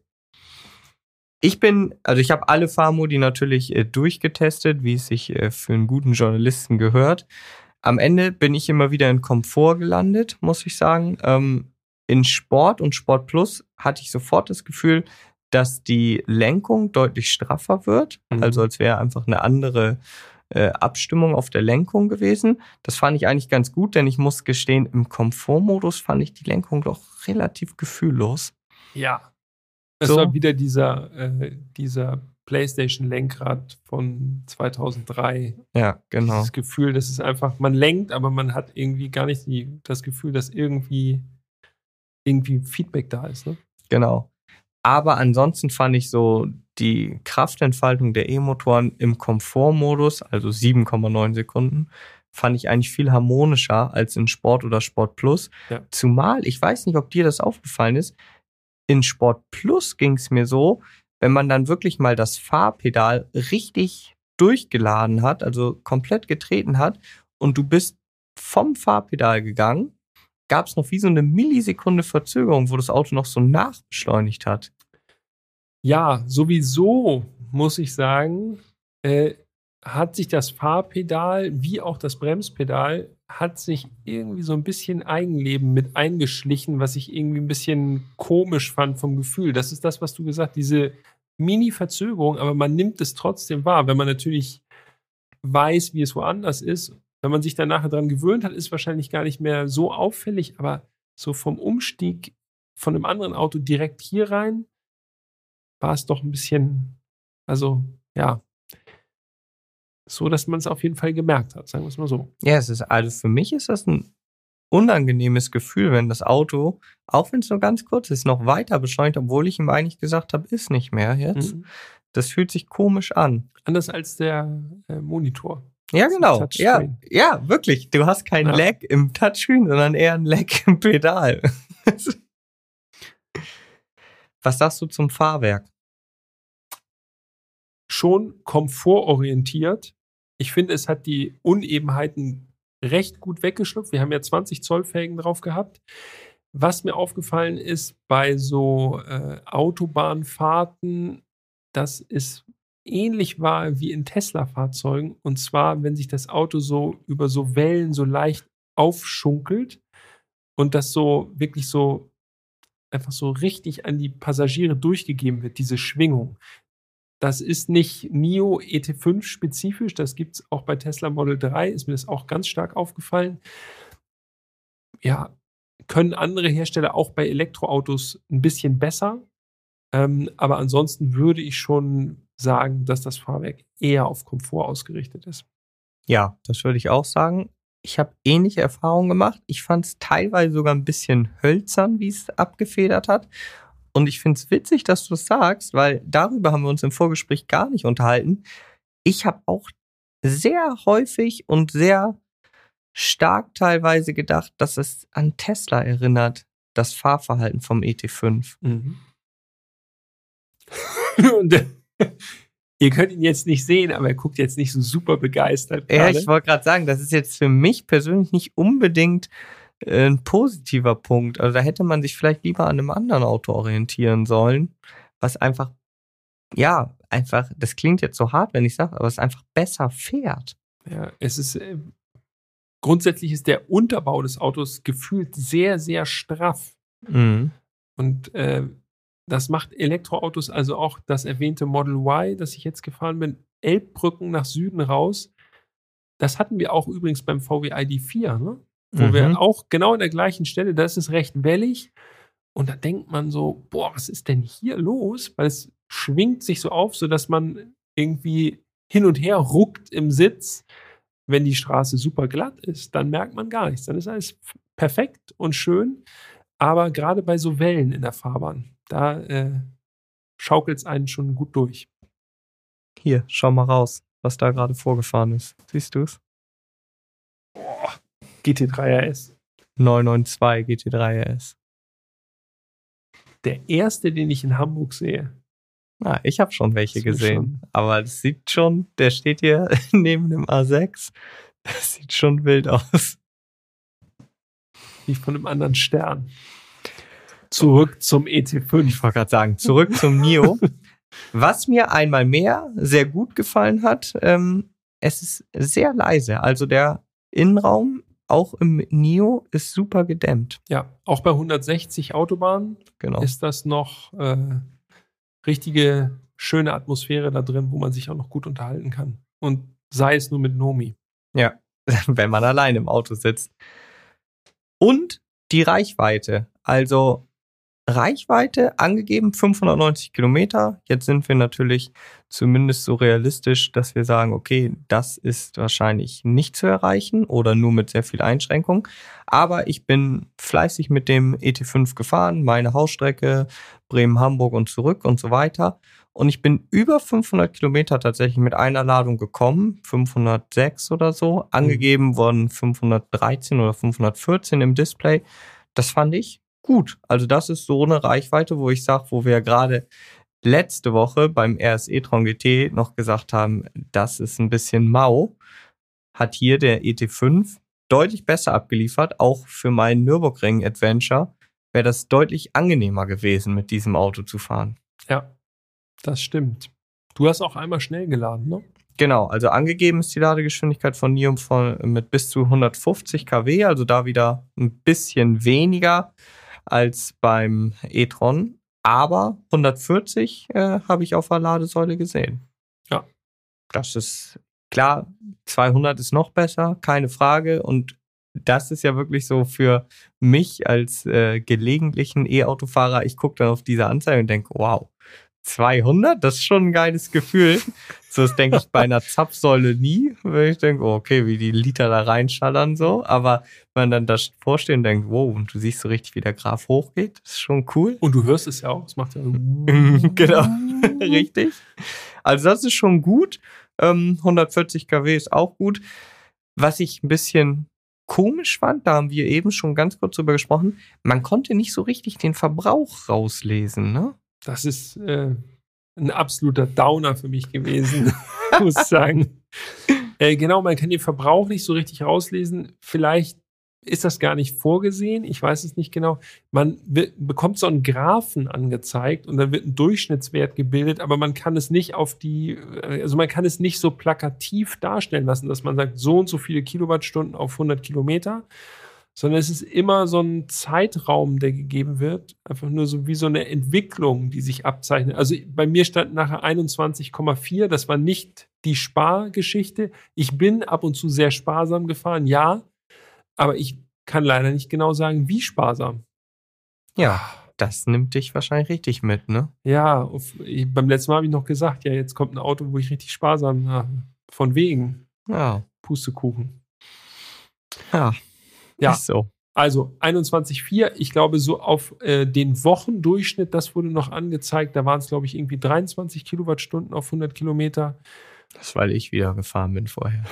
Speaker 1: Ich bin, also ich habe alle Fahrmodi natürlich äh, durchgetestet, wie es sich äh, für einen guten Journalisten gehört. Am Ende bin ich immer wieder in Komfort gelandet, muss ich sagen. Ähm, in Sport und Sport Plus hatte ich sofort das Gefühl, dass die Lenkung deutlich straffer wird.
Speaker 3: Mhm.
Speaker 1: Also als wäre einfach eine andere äh, Abstimmung auf der Lenkung gewesen. Das fand ich eigentlich ganz gut, denn ich muss gestehen, im Komfortmodus fand ich die Lenkung doch relativ gefühllos.
Speaker 3: Ja. Es
Speaker 1: So.
Speaker 3: war wieder dieser, äh, dieser PlayStation-Lenkrad von zweitausenddrei.
Speaker 1: Ja, genau.
Speaker 3: Dieses Gefühl, das ist einfach, man lenkt, aber man hat irgendwie gar nicht die, das Gefühl, dass irgendwie, irgendwie Feedback da ist. Ne?
Speaker 1: Genau. Aber ansonsten fand ich so die Kraftentfaltung der E-Motoren im Komfortmodus, also sieben Komma neun Sekunden, fand ich eigentlich viel harmonischer als in Sport oder Sport Plus.
Speaker 3: Ja.
Speaker 1: Zumal, ich weiß nicht, ob dir das aufgefallen ist, in Sport Plus ging es mir so, wenn man dann wirklich mal das Fahrpedal richtig durchgeladen hat, also komplett getreten hat und du bist vom Fahrpedal gegangen, gab es noch wie so eine Millisekunde Verzögerung, wo das Auto noch so nachbeschleunigt hat.
Speaker 3: Ja, sowieso muss ich sagen, äh, hat sich das Fahrpedal wie auch das Bremspedal hat sich irgendwie so ein bisschen Eigenleben mit eingeschlichen, was ich irgendwie ein bisschen komisch fand vom Gefühl. Das ist das, was du gesagt hast, diese Mini-Verzögerung, aber man nimmt es trotzdem wahr. Wenn man natürlich weiß, wie es woanders ist, wenn man sich dann nachher dran gewöhnt hat, ist wahrscheinlich gar nicht mehr so auffällig, aber so vom Umstieg von einem anderen Auto direkt hier rein, war es doch ein bisschen, also ja, so, dass man es auf jeden Fall gemerkt hat, sagen wir es mal so.
Speaker 1: Ja, es ist, also für mich ist das ein unangenehmes Gefühl, wenn das Auto, auch wenn es nur ganz kurz ist, noch weiter beschleunigt, obwohl ich ihm eigentlich gesagt habe, ist nicht mehr jetzt.
Speaker 3: Mhm.
Speaker 1: Das fühlt sich komisch an.
Speaker 3: Anders als der äh, Monitor.
Speaker 1: Ja, genau. Ja,
Speaker 3: Touchscreen.
Speaker 1: ja, wirklich. Du hast kein
Speaker 3: Ja.
Speaker 1: Lag im Touchscreen, sondern eher ein Lag im Pedal. Was sagst du zum Fahrwerk?
Speaker 3: Schon komfortorientiert. Ich finde, es hat die Unebenheiten recht gut weggeschlüpft. Wir haben ja zwanzig Zoll Felgen drauf gehabt. Was mir aufgefallen ist bei so äh, Autobahnfahrten, dass es ähnlich war wie in Tesla-Fahrzeugen. Und zwar, wenn sich das Auto so über so Wellen so leicht aufschunkelt und das so wirklich so einfach so richtig an die Passagiere durchgegeben wird, diese Schwingung. Das ist nicht N I O E T fünf spezifisch, das gibt es auch bei Tesla Model drei, ist mir das auch ganz stark aufgefallen. Ja, können andere Hersteller auch bei Elektroautos ein bisschen besser, ähm, aber ansonsten würde ich schon sagen, dass das Fahrwerk eher auf Komfort ausgerichtet ist.
Speaker 1: Ja, das würde ich auch sagen. Ich habe ähnliche Erfahrungen gemacht. Ich fand es teilweise sogar ein bisschen hölzern, wie es abgefedert hat. Und ich finde es witzig, dass du es sagst, weil darüber haben wir uns im Vorgespräch gar nicht unterhalten. Ich habe auch sehr häufig und sehr stark teilweise gedacht, dass es an Tesla erinnert, das Fahrverhalten vom E T fünf.
Speaker 3: Mhm. Und, äh, ihr könnt ihn jetzt nicht sehen, aber er guckt jetzt nicht so super begeistert.
Speaker 1: Ja,
Speaker 3: gerade.
Speaker 1: ich wollte gerade sagen, das ist jetzt für mich persönlich nicht unbedingt äh, ein positiver Punkt. Also da hätte man sich vielleicht lieber an einem anderen Auto orientieren sollen, was einfach, ja, einfach, das klingt jetzt so hart, wenn ich sage, aber es einfach besser fährt.
Speaker 3: Ja, es ist äh, grundsätzlich ist der Unterbau des Autos gefühlt sehr, sehr straff.
Speaker 1: Mhm.
Speaker 3: Und äh, das macht Elektroautos, also auch das erwähnte Model Y, das ich jetzt gefahren bin, Elbbrücken nach Süden raus. Das hatten wir auch übrigens beim V W I D vier, ne? Wo
Speaker 1: Mhm.
Speaker 3: wir auch genau an der gleichen Stelle, da ist es recht wellig. Und da denkt man so, boah, was ist denn hier los? Weil es schwingt sich so auf, sodass man irgendwie hin und her ruckt im Sitz. Wenn die Straße super glatt ist, dann merkt man gar nichts. Dann ist alles f- perfekt und schön. Aber gerade bei so Wellen in der Fahrbahn, da äh, schaukelt es einen schon gut durch.
Speaker 1: Hier, schau mal raus, was da gerade vorgefahren ist. Siehst du es?
Speaker 3: G T drei R S.
Speaker 1: neun neun zwei G T drei R S.
Speaker 3: Der erste, den ich in Hamburg sehe.
Speaker 1: Na, ich habe schon welche
Speaker 3: Das ist
Speaker 1: gesehen.
Speaker 3: schon-
Speaker 1: Aber das sieht schon, der steht hier neben dem A sechs. Das sieht schon wild aus.
Speaker 3: Wie von einem anderen Stern. Zurück zum E T fünf.
Speaker 1: Ich wollte gerade sagen, zurück zum N I O. Was mir einmal mehr sehr gut gefallen hat, ähm, es ist sehr leise. Also der Innenraum, auch im N I O, ist super gedämmt.
Speaker 3: Ja, auch bei hundertsechzig Autobahnen
Speaker 1: Genau.
Speaker 3: ist das noch äh, richtige, schöne Atmosphäre da drin, wo man sich auch noch gut unterhalten kann. Und sei es nur mit Nomi.
Speaker 1: Ja, wenn man allein im Auto sitzt. Und die Reichweite. Also Reichweite angegeben fünfhundertneunzig Kilometer. Jetzt sind wir natürlich zumindest so realistisch, dass wir sagen, okay, das ist wahrscheinlich nicht zu erreichen oder nur mit sehr viel Einschränkung. Aber ich bin fleißig mit dem E T fünf gefahren, meine Hausstrecke, Bremen-Hamburg und zurück und so weiter. Und ich bin über fünfhundert Kilometer tatsächlich mit einer Ladung gekommen, fünfhundertsechs oder so. Angegeben worden fünfhundertdreizehn oder fünfhundertvierzehn im Display. Das fand ich gut. Also das ist so eine Reichweite, wo ich sage, wo wir ja gerade letzte Woche beim R S e-tron G T noch gesagt haben, das ist ein bisschen mau, hat hier der E T fünf deutlich besser abgeliefert. Auch für meinen Nürburgring-Adventure wäre das deutlich angenehmer gewesen, mit diesem Auto zu fahren.
Speaker 3: Ja, das stimmt. Du hast auch einmal schnell geladen, ne?
Speaker 1: Genau, also angegeben ist die Ladegeschwindigkeit von N I O von, mit bis zu hundertfünfzig Kilowatt, also da wieder ein bisschen weniger als beim e-tron. Aber hundertvierzig äh, habe ich auf der Ladesäule gesehen.
Speaker 3: Ja.
Speaker 1: Das ist klar, zweihundert ist noch besser, keine Frage. Und das ist ja wirklich so für mich als äh, gelegentlichen E-Autofahrer, ich gucke dann auf diese Anzeige und denke, wow, zweihundert, das ist schon ein geiles Gefühl. So, das denke ich bei einer Zapfsäule nie, wenn ich denke, oh, okay, wie die Liter da reinschallern so. Aber wenn man dann da vorsteht und denkt, wow, und du siehst so richtig, wie der Graph hochgeht, das ist schon cool.
Speaker 3: Und du hörst es ja auch, es macht ja
Speaker 1: genau, richtig. Also das ist schon gut. Ähm, hundertvierzig Kilowatt ist auch gut. Was ich ein bisschen komisch fand, da haben wir eben schon ganz kurz drüber gesprochen, man konnte nicht so richtig den Verbrauch rauslesen, ne?
Speaker 3: Das ist äh, ein absoluter Downer für mich gewesen, muss ich sagen. Äh, genau, man kann den Verbrauch nicht so richtig rauslesen. Vielleicht ist das gar nicht vorgesehen, ich weiß es nicht genau. Man wird, bekommt so einen Graphen angezeigt und dann wird ein Durchschnittswert gebildet, aber man kann es nicht auf die, also man kann es nicht so plakativ darstellen lassen, dass man sagt, so und so viele Kilowattstunden auf hundert Kilometer, sondern es ist immer so ein Zeitraum, der gegeben wird, einfach nur so wie so eine Entwicklung, die sich abzeichnet. Also bei mir stand nachher einundzwanzig Komma vier, das war nicht die Spargeschichte. Ich bin ab und zu sehr sparsam gefahren, ja, aber ich kann leider nicht genau sagen, wie sparsam.
Speaker 1: Ja, das nimmt dich wahrscheinlich richtig mit, ne?
Speaker 3: Ja, auf, ich, beim letzten Mal habe ich noch gesagt, ja, jetzt kommt ein Auto, wo ich richtig sparsam, na, von wegen.
Speaker 1: Ja.
Speaker 3: Pustekuchen.
Speaker 1: Ja.
Speaker 3: Ja,
Speaker 1: ist so.
Speaker 3: Also einundzwanzig Komma vier, ich glaube, so auf äh, den Wochendurchschnitt, das wurde noch angezeigt, da waren es, glaube ich, irgendwie dreiundzwanzig Kilowattstunden auf hundert Kilometer.
Speaker 1: Das ist, weil ich wieder gefahren bin vorher.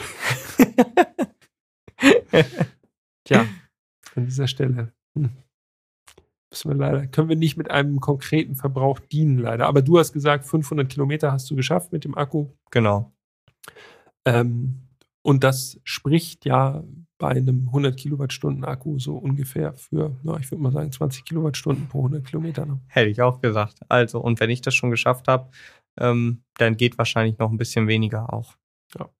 Speaker 3: Tja, an dieser Stelle hm. müssen wir leider, können wir nicht mit einem konkreten Verbrauch dienen, leider. Aber du hast gesagt, fünfhundert Kilometer hast du geschafft mit dem Akku.
Speaker 1: Genau.
Speaker 3: Ähm, und das spricht ja bei einem hundert Kilowattstunden Akku so ungefähr für, na, ich würde mal sagen, zwanzig Kilowattstunden pro hundert Kilometer. Ne?
Speaker 1: Hätte ich auch gesagt. Also, und wenn ich das schon geschafft habe, ähm, dann geht wahrscheinlich noch ein bisschen weniger auch.
Speaker 3: Ja.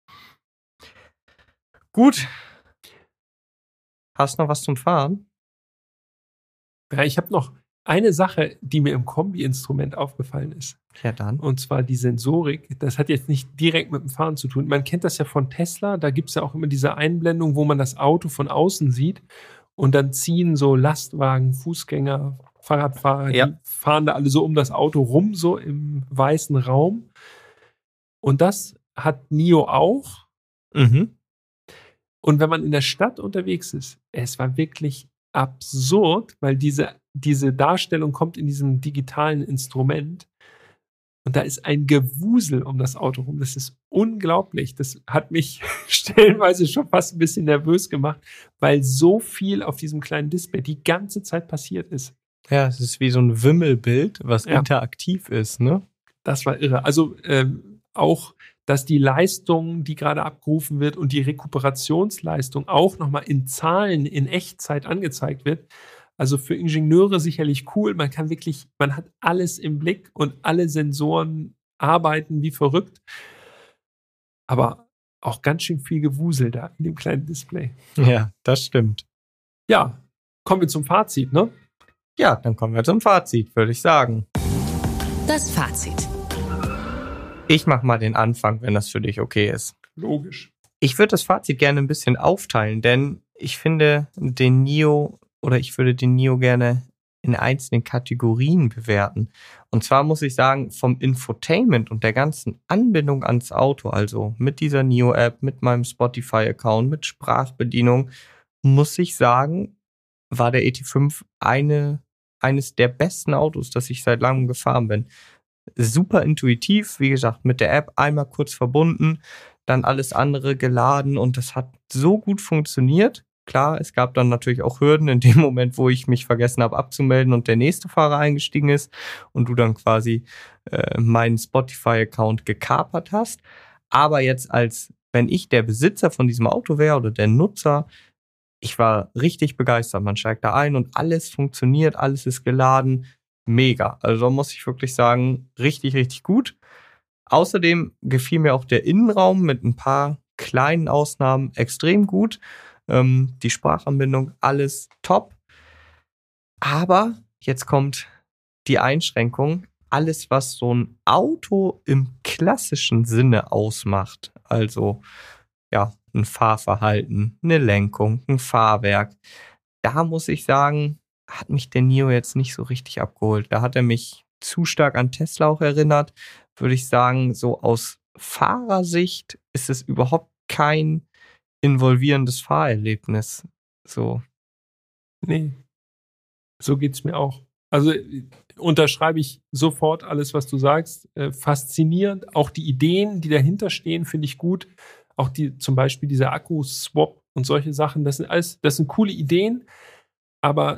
Speaker 1: Gut. Hast du noch was zum Fahren?
Speaker 3: Ja, ich habe noch eine Sache, die mir im Kombi-Instrument aufgefallen ist.
Speaker 1: Ja, dann.
Speaker 3: Und zwar die Sensorik. Das hat jetzt nicht direkt mit dem Fahren zu tun. Man kennt das ja von Tesla. Da gibt es ja auch immer diese Einblendung, wo man das Auto von außen sieht. Und dann ziehen so Lastwagen, Fußgänger, Fahrradfahrer,
Speaker 1: ja.
Speaker 3: die fahren da alle so um das Auto rum, so im weißen Raum. Und das hat NIO auch.
Speaker 1: Mhm.
Speaker 3: Und wenn man in der Stadt unterwegs ist, es war wirklich absurd, weil diese, diese Darstellung kommt in diesem digitalen Instrument und da ist ein Gewusel um das Auto rum. Das ist unglaublich. Das hat mich stellenweise schon fast ein bisschen nervös gemacht, weil so viel auf diesem kleinen Display die ganze Zeit passiert ist.
Speaker 1: Ja, es ist wie so ein Wimmelbild, was
Speaker 3: Ja.
Speaker 1: interaktiv ist, ne?
Speaker 3: Das war irre. Also ähm, auch, dass die Leistung, die gerade abgerufen wird und die Rekuperationsleistung auch nochmal in Zahlen in Echtzeit angezeigt wird. Also für Ingenieure sicherlich cool. Man kann wirklich, man hat alles im Blick und alle Sensoren arbeiten wie verrückt. Aber auch ganz schön viel Gewusel da in dem kleinen Display.
Speaker 1: Ja, das stimmt.
Speaker 3: Ja, kommen wir zum Fazit, ne?
Speaker 1: Ja, dann kommen wir zum Fazit, würde ich sagen.
Speaker 2: Das Fazit.
Speaker 1: Ich mache mal den Anfang, wenn das für dich okay ist.
Speaker 3: Logisch.
Speaker 1: Ich würde das Fazit gerne ein bisschen aufteilen, denn ich finde den NIO oder ich würde den NIO gerne in einzelnen Kategorien bewerten. Und zwar muss ich sagen, vom Infotainment und der ganzen Anbindung ans Auto, also mit dieser NIO-App, mit meinem Spotify-Account, mit Sprachbedienung, muss ich sagen, war der E T fünf eine, eines der besten Autos, das ich seit langem gefahren bin. Super intuitiv, wie gesagt, mit der App einmal kurz verbunden, dann alles andere geladen und das hat so gut funktioniert. Klar, es gab dann natürlich auch Hürden in dem Moment, wo ich mich vergessen habe abzumelden und der nächste Fahrer eingestiegen ist und du dann quasi äh, meinen Spotify-Account gekapert hast. Aber jetzt als, wenn ich der Besitzer von diesem Auto wäre oder der Nutzer, ich war richtig begeistert. Man steigt da ein und alles funktioniert, alles ist geladen. Mega. Also muss ich wirklich sagen, richtig, richtig gut. Außerdem gefiel mir auch der Innenraum mit ein paar kleinen Ausnahmen extrem gut. Ähm, die Sprachanbindung, alles top. Aber jetzt kommt die Einschränkung. Alles, was so ein Auto im klassischen Sinne ausmacht, also ja, ein Fahrverhalten, eine Lenkung, ein Fahrwerk, da muss ich sagen, hat mich der NIO jetzt nicht so richtig abgeholt. Da hat er mich zu stark an Tesla auch erinnert, würde ich sagen, so aus Fahrersicht ist es überhaupt kein involvierendes Fahrerlebnis. So.
Speaker 3: Nee, so geht's mir auch. Also äh, unterschreibe ich sofort alles, was du sagst. Äh, faszinierend. Auch die Ideen, die dahinter stehen, finde ich gut. Auch die, zum Beispiel dieser Akku-Swap und solche Sachen, das sind alles, das sind coole Ideen, aber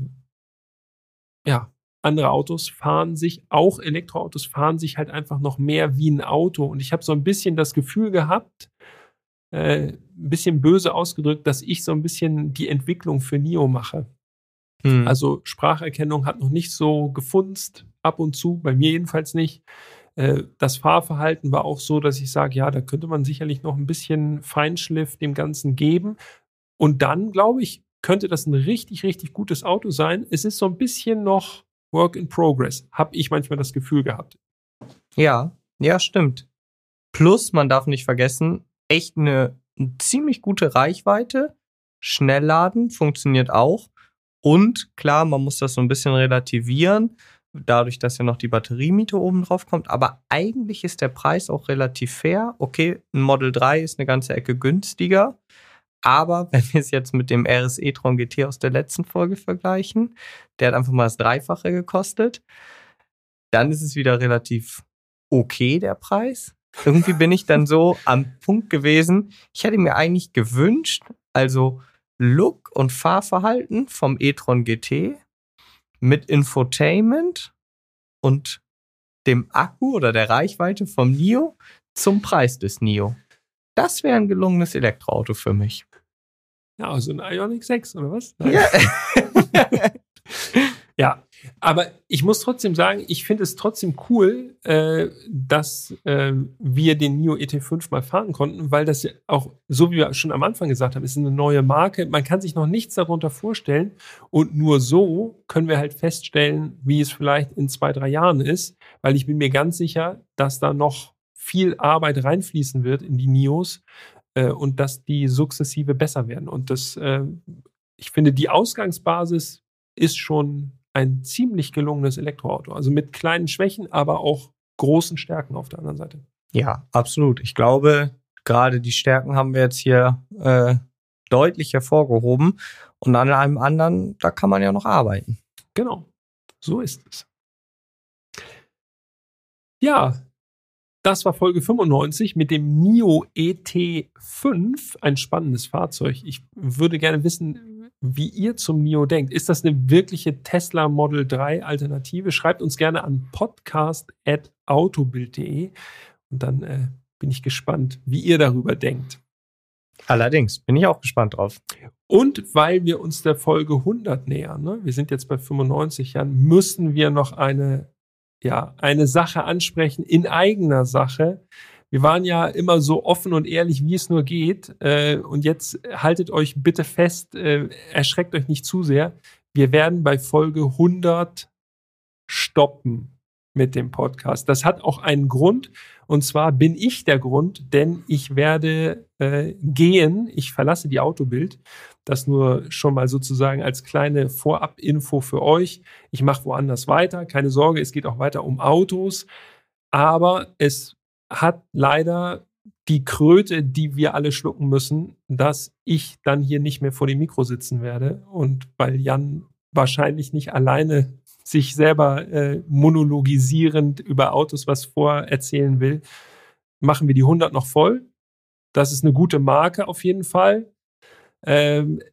Speaker 3: ja, andere Autos fahren sich, auch Elektroautos fahren sich halt einfach noch mehr wie ein Auto. Und ich habe so ein bisschen das Gefühl gehabt, äh, ein bisschen böse ausgedrückt, dass ich so ein bisschen die Entwicklung für NIO mache.
Speaker 1: Hm.
Speaker 3: Also Spracherkennung hat noch nicht so gefunzt, ab und zu, bei mir jedenfalls nicht. Äh, das Fahrverhalten war auch so, dass ich sage, ja, da könnte man sicherlich noch ein bisschen Feinschliff dem Ganzen geben. Und dann, glaube ich, könnte das ein richtig, richtig gutes Auto sein. Es ist so ein bisschen noch Work in Progress, habe ich manchmal das Gefühl gehabt.
Speaker 1: Ja, ja, stimmt. Plus, man darf nicht vergessen, echt eine, eine ziemlich gute Reichweite. Schnellladen funktioniert auch. Und klar, man muss das so ein bisschen relativieren, dadurch, dass ja noch die Batteriemiete oben drauf kommt. Aber eigentlich ist der Preis auch relativ fair. Okay, ein Model drei ist eine ganze Ecke günstiger. Aber wenn wir es jetzt mit dem R S e-tron G T aus der letzten Folge vergleichen, der hat einfach mal das Dreifache gekostet, dann ist es wieder relativ okay, der Preis. Irgendwie bin ich dann so am Punkt gewesen, ich hätte mir eigentlich gewünscht, also Look und Fahrverhalten vom e-tron G T mit Infotainment und dem Akku oder der Reichweite vom NIO zum Preis des NIO. Das wäre ein gelungenes Elektroauto für mich.
Speaker 3: Ja, also ein Ioniq sechs oder was?
Speaker 1: Ja.
Speaker 3: Ja, aber ich muss trotzdem sagen, ich finde es trotzdem cool, äh, dass äh, wir den NIO E T fünf mal fahren konnten, weil das ja auch, so wie wir schon am Anfang gesagt haben, ist eine neue Marke. Man kann sich noch nichts darunter vorstellen und nur so können wir halt feststellen, wie es vielleicht in zwei, drei Jahren ist, weil ich bin mir ganz sicher, dass da noch viel Arbeit reinfließen wird in die NIOs äh, und dass die sukzessive besser werden. Und das, äh, ich finde, die Ausgangsbasis ist schon ein ziemlich gelungenes Elektroauto. Also mit kleinen Schwächen, aber auch großen Stärken auf der anderen Seite.
Speaker 1: Ja, absolut. Ich glaube, gerade die Stärken haben wir jetzt hier äh, deutlich hervorgehoben. Und an einem anderen, da kann man ja noch arbeiten.
Speaker 3: Genau, so ist es. Ja, das war Folge fünfundneunzig mit dem NIO E T fünf. Ein spannendes Fahrzeug. Ich würde gerne wissen, wie ihr zum NIO denkt. Ist das eine wirkliche Tesla Model drei Alternative? Schreibt uns gerne an podcast at autobild punkt de und dann äh, bin ich gespannt, wie ihr darüber denkt.
Speaker 1: Allerdings, bin ich auch gespannt drauf.
Speaker 3: Und weil wir uns der Folge hundert nähern, ne? Wir sind jetzt bei fünfundneunzig Jahren, müssen wir noch eine, ja, eine Sache ansprechen in eigener Sache. Wir waren ja immer so offen und ehrlich, wie es nur geht. Äh, und jetzt haltet euch bitte fest, äh, erschreckt euch nicht zu sehr. Wir werden bei Folge hundert stoppen mit dem Podcast. Das hat auch einen Grund. Und zwar bin ich der Grund, denn ich werde äh, gehen. Ich verlasse die Autobild. Das nur schon mal sozusagen als kleine Vorab-Info für euch. Ich mache woanders weiter. Keine Sorge, es geht auch weiter um Autos. Aber es hat leider die Kröte, die wir alle schlucken müssen, dass ich dann hier nicht mehr vor dem Mikro sitzen werde. Und weil Jan wahrscheinlich nicht alleine sich selber äh, monologisierend über Autos was vorerzählen will, machen wir die hundert noch voll. Das ist eine gute Marke auf jeden Fall. Ähm,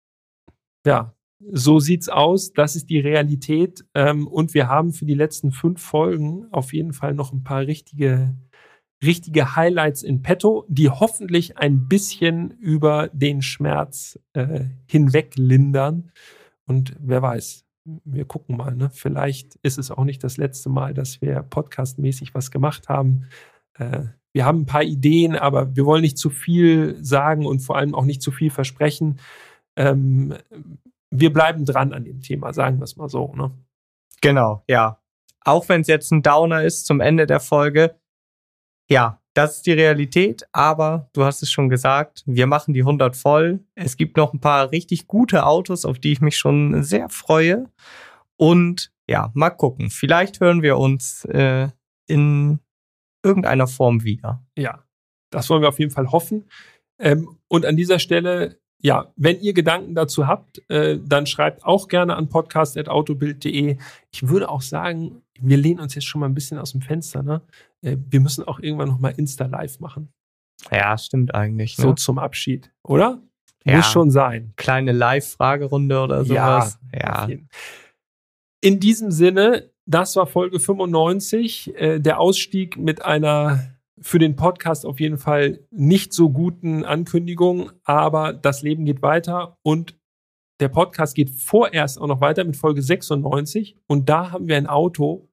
Speaker 3: ja, so sieht's aus. Das ist die Realität. Ähm, und wir haben für die letzten fünf Folgen auf jeden Fall noch ein paar richtige richtige Highlights in petto, die hoffentlich ein bisschen über den Schmerz äh, hinweg lindern. Und wer weiß, wir gucken mal, ne? Vielleicht ist es auch nicht das letzte Mal, dass wir podcastmäßig was gemacht haben. Äh, wir haben ein paar Ideen, aber wir wollen nicht zu viel sagen und vor allem auch nicht zu viel versprechen. Ähm, wir bleiben dran an dem Thema, sagen wir es mal so, ne?
Speaker 1: Genau, ja. Auch wenn es jetzt ein Downer ist zum Ende der Folge, ja, das ist die Realität, aber du hast es schon gesagt, wir machen die hundert voll. Es gibt noch ein paar richtig gute Autos, auf die ich mich schon sehr freue. Und ja, mal gucken. Vielleicht hören wir uns äh, in irgendeiner Form wieder.
Speaker 3: Ja, das wollen wir auf jeden Fall hoffen. Ähm, und an dieser Stelle, ja, wenn ihr Gedanken dazu habt, äh, dann schreibt auch gerne an podcast at autobild punkt de. Ich würde auch sagen, wir lehnen uns jetzt schon mal ein bisschen aus dem Fenster, ne? Äh, wir müssen auch irgendwann nochmal Insta-Live machen.
Speaker 1: Ja, stimmt eigentlich.
Speaker 3: So
Speaker 1: ne?
Speaker 3: zum Abschied, oder?
Speaker 1: Ja.
Speaker 3: Muss schon sein.
Speaker 1: Kleine Live-Fragerunde oder sowas.
Speaker 3: Ja,
Speaker 1: Ja.
Speaker 3: auf jeden. In diesem Sinne, das war Folge fünfundneunzig, äh, der Ausstieg mit einer für den Podcast auf jeden Fall nicht so guten Ankündigung, aber das Leben geht weiter und der Podcast geht vorerst auch noch weiter mit Folge sechsundneunzig und da haben wir ein Auto.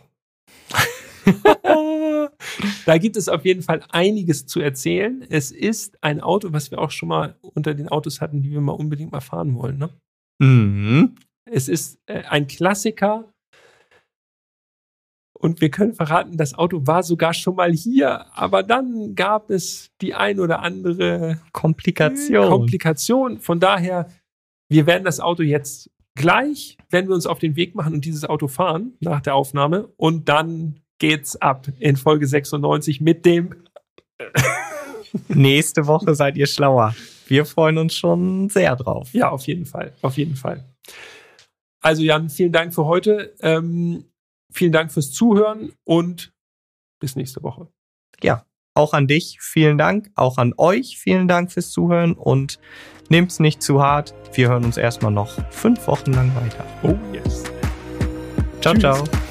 Speaker 3: Da gibt es auf jeden Fall einiges zu erzählen. Es ist ein Auto, was wir auch schon mal unter den Autos hatten, die wir mal unbedingt mal fahren wollen, ne?
Speaker 1: Mhm.
Speaker 3: Es ist äh, ein Klassiker und wir können verraten, das Auto war sogar schon mal hier, aber dann gab es die ein oder andere
Speaker 1: Komplikation.
Speaker 3: Komplikation. Von daher, wir werden das Auto jetzt gleich, wenn wir uns auf den Weg machen und dieses Auto fahren nach der Aufnahme und dann geht's ab in Folge sechsundneunzig mit dem
Speaker 1: Nächste Woche seid ihr schlauer. Wir freuen uns schon sehr drauf.
Speaker 3: Ja, auf jeden Fall, auf jeden Fall. Also Jan, vielen Dank für heute. Ähm, vielen Dank fürs Zuhören und bis nächste Woche.
Speaker 1: Ja, auch an dich vielen Dank, auch an euch vielen Dank fürs Zuhören und nehmt's nicht zu hart. Wir hören uns erstmal noch fünf Wochen lang weiter.
Speaker 3: Oh yes.
Speaker 1: Ciao,
Speaker 3: Tschüss.
Speaker 1: ciao.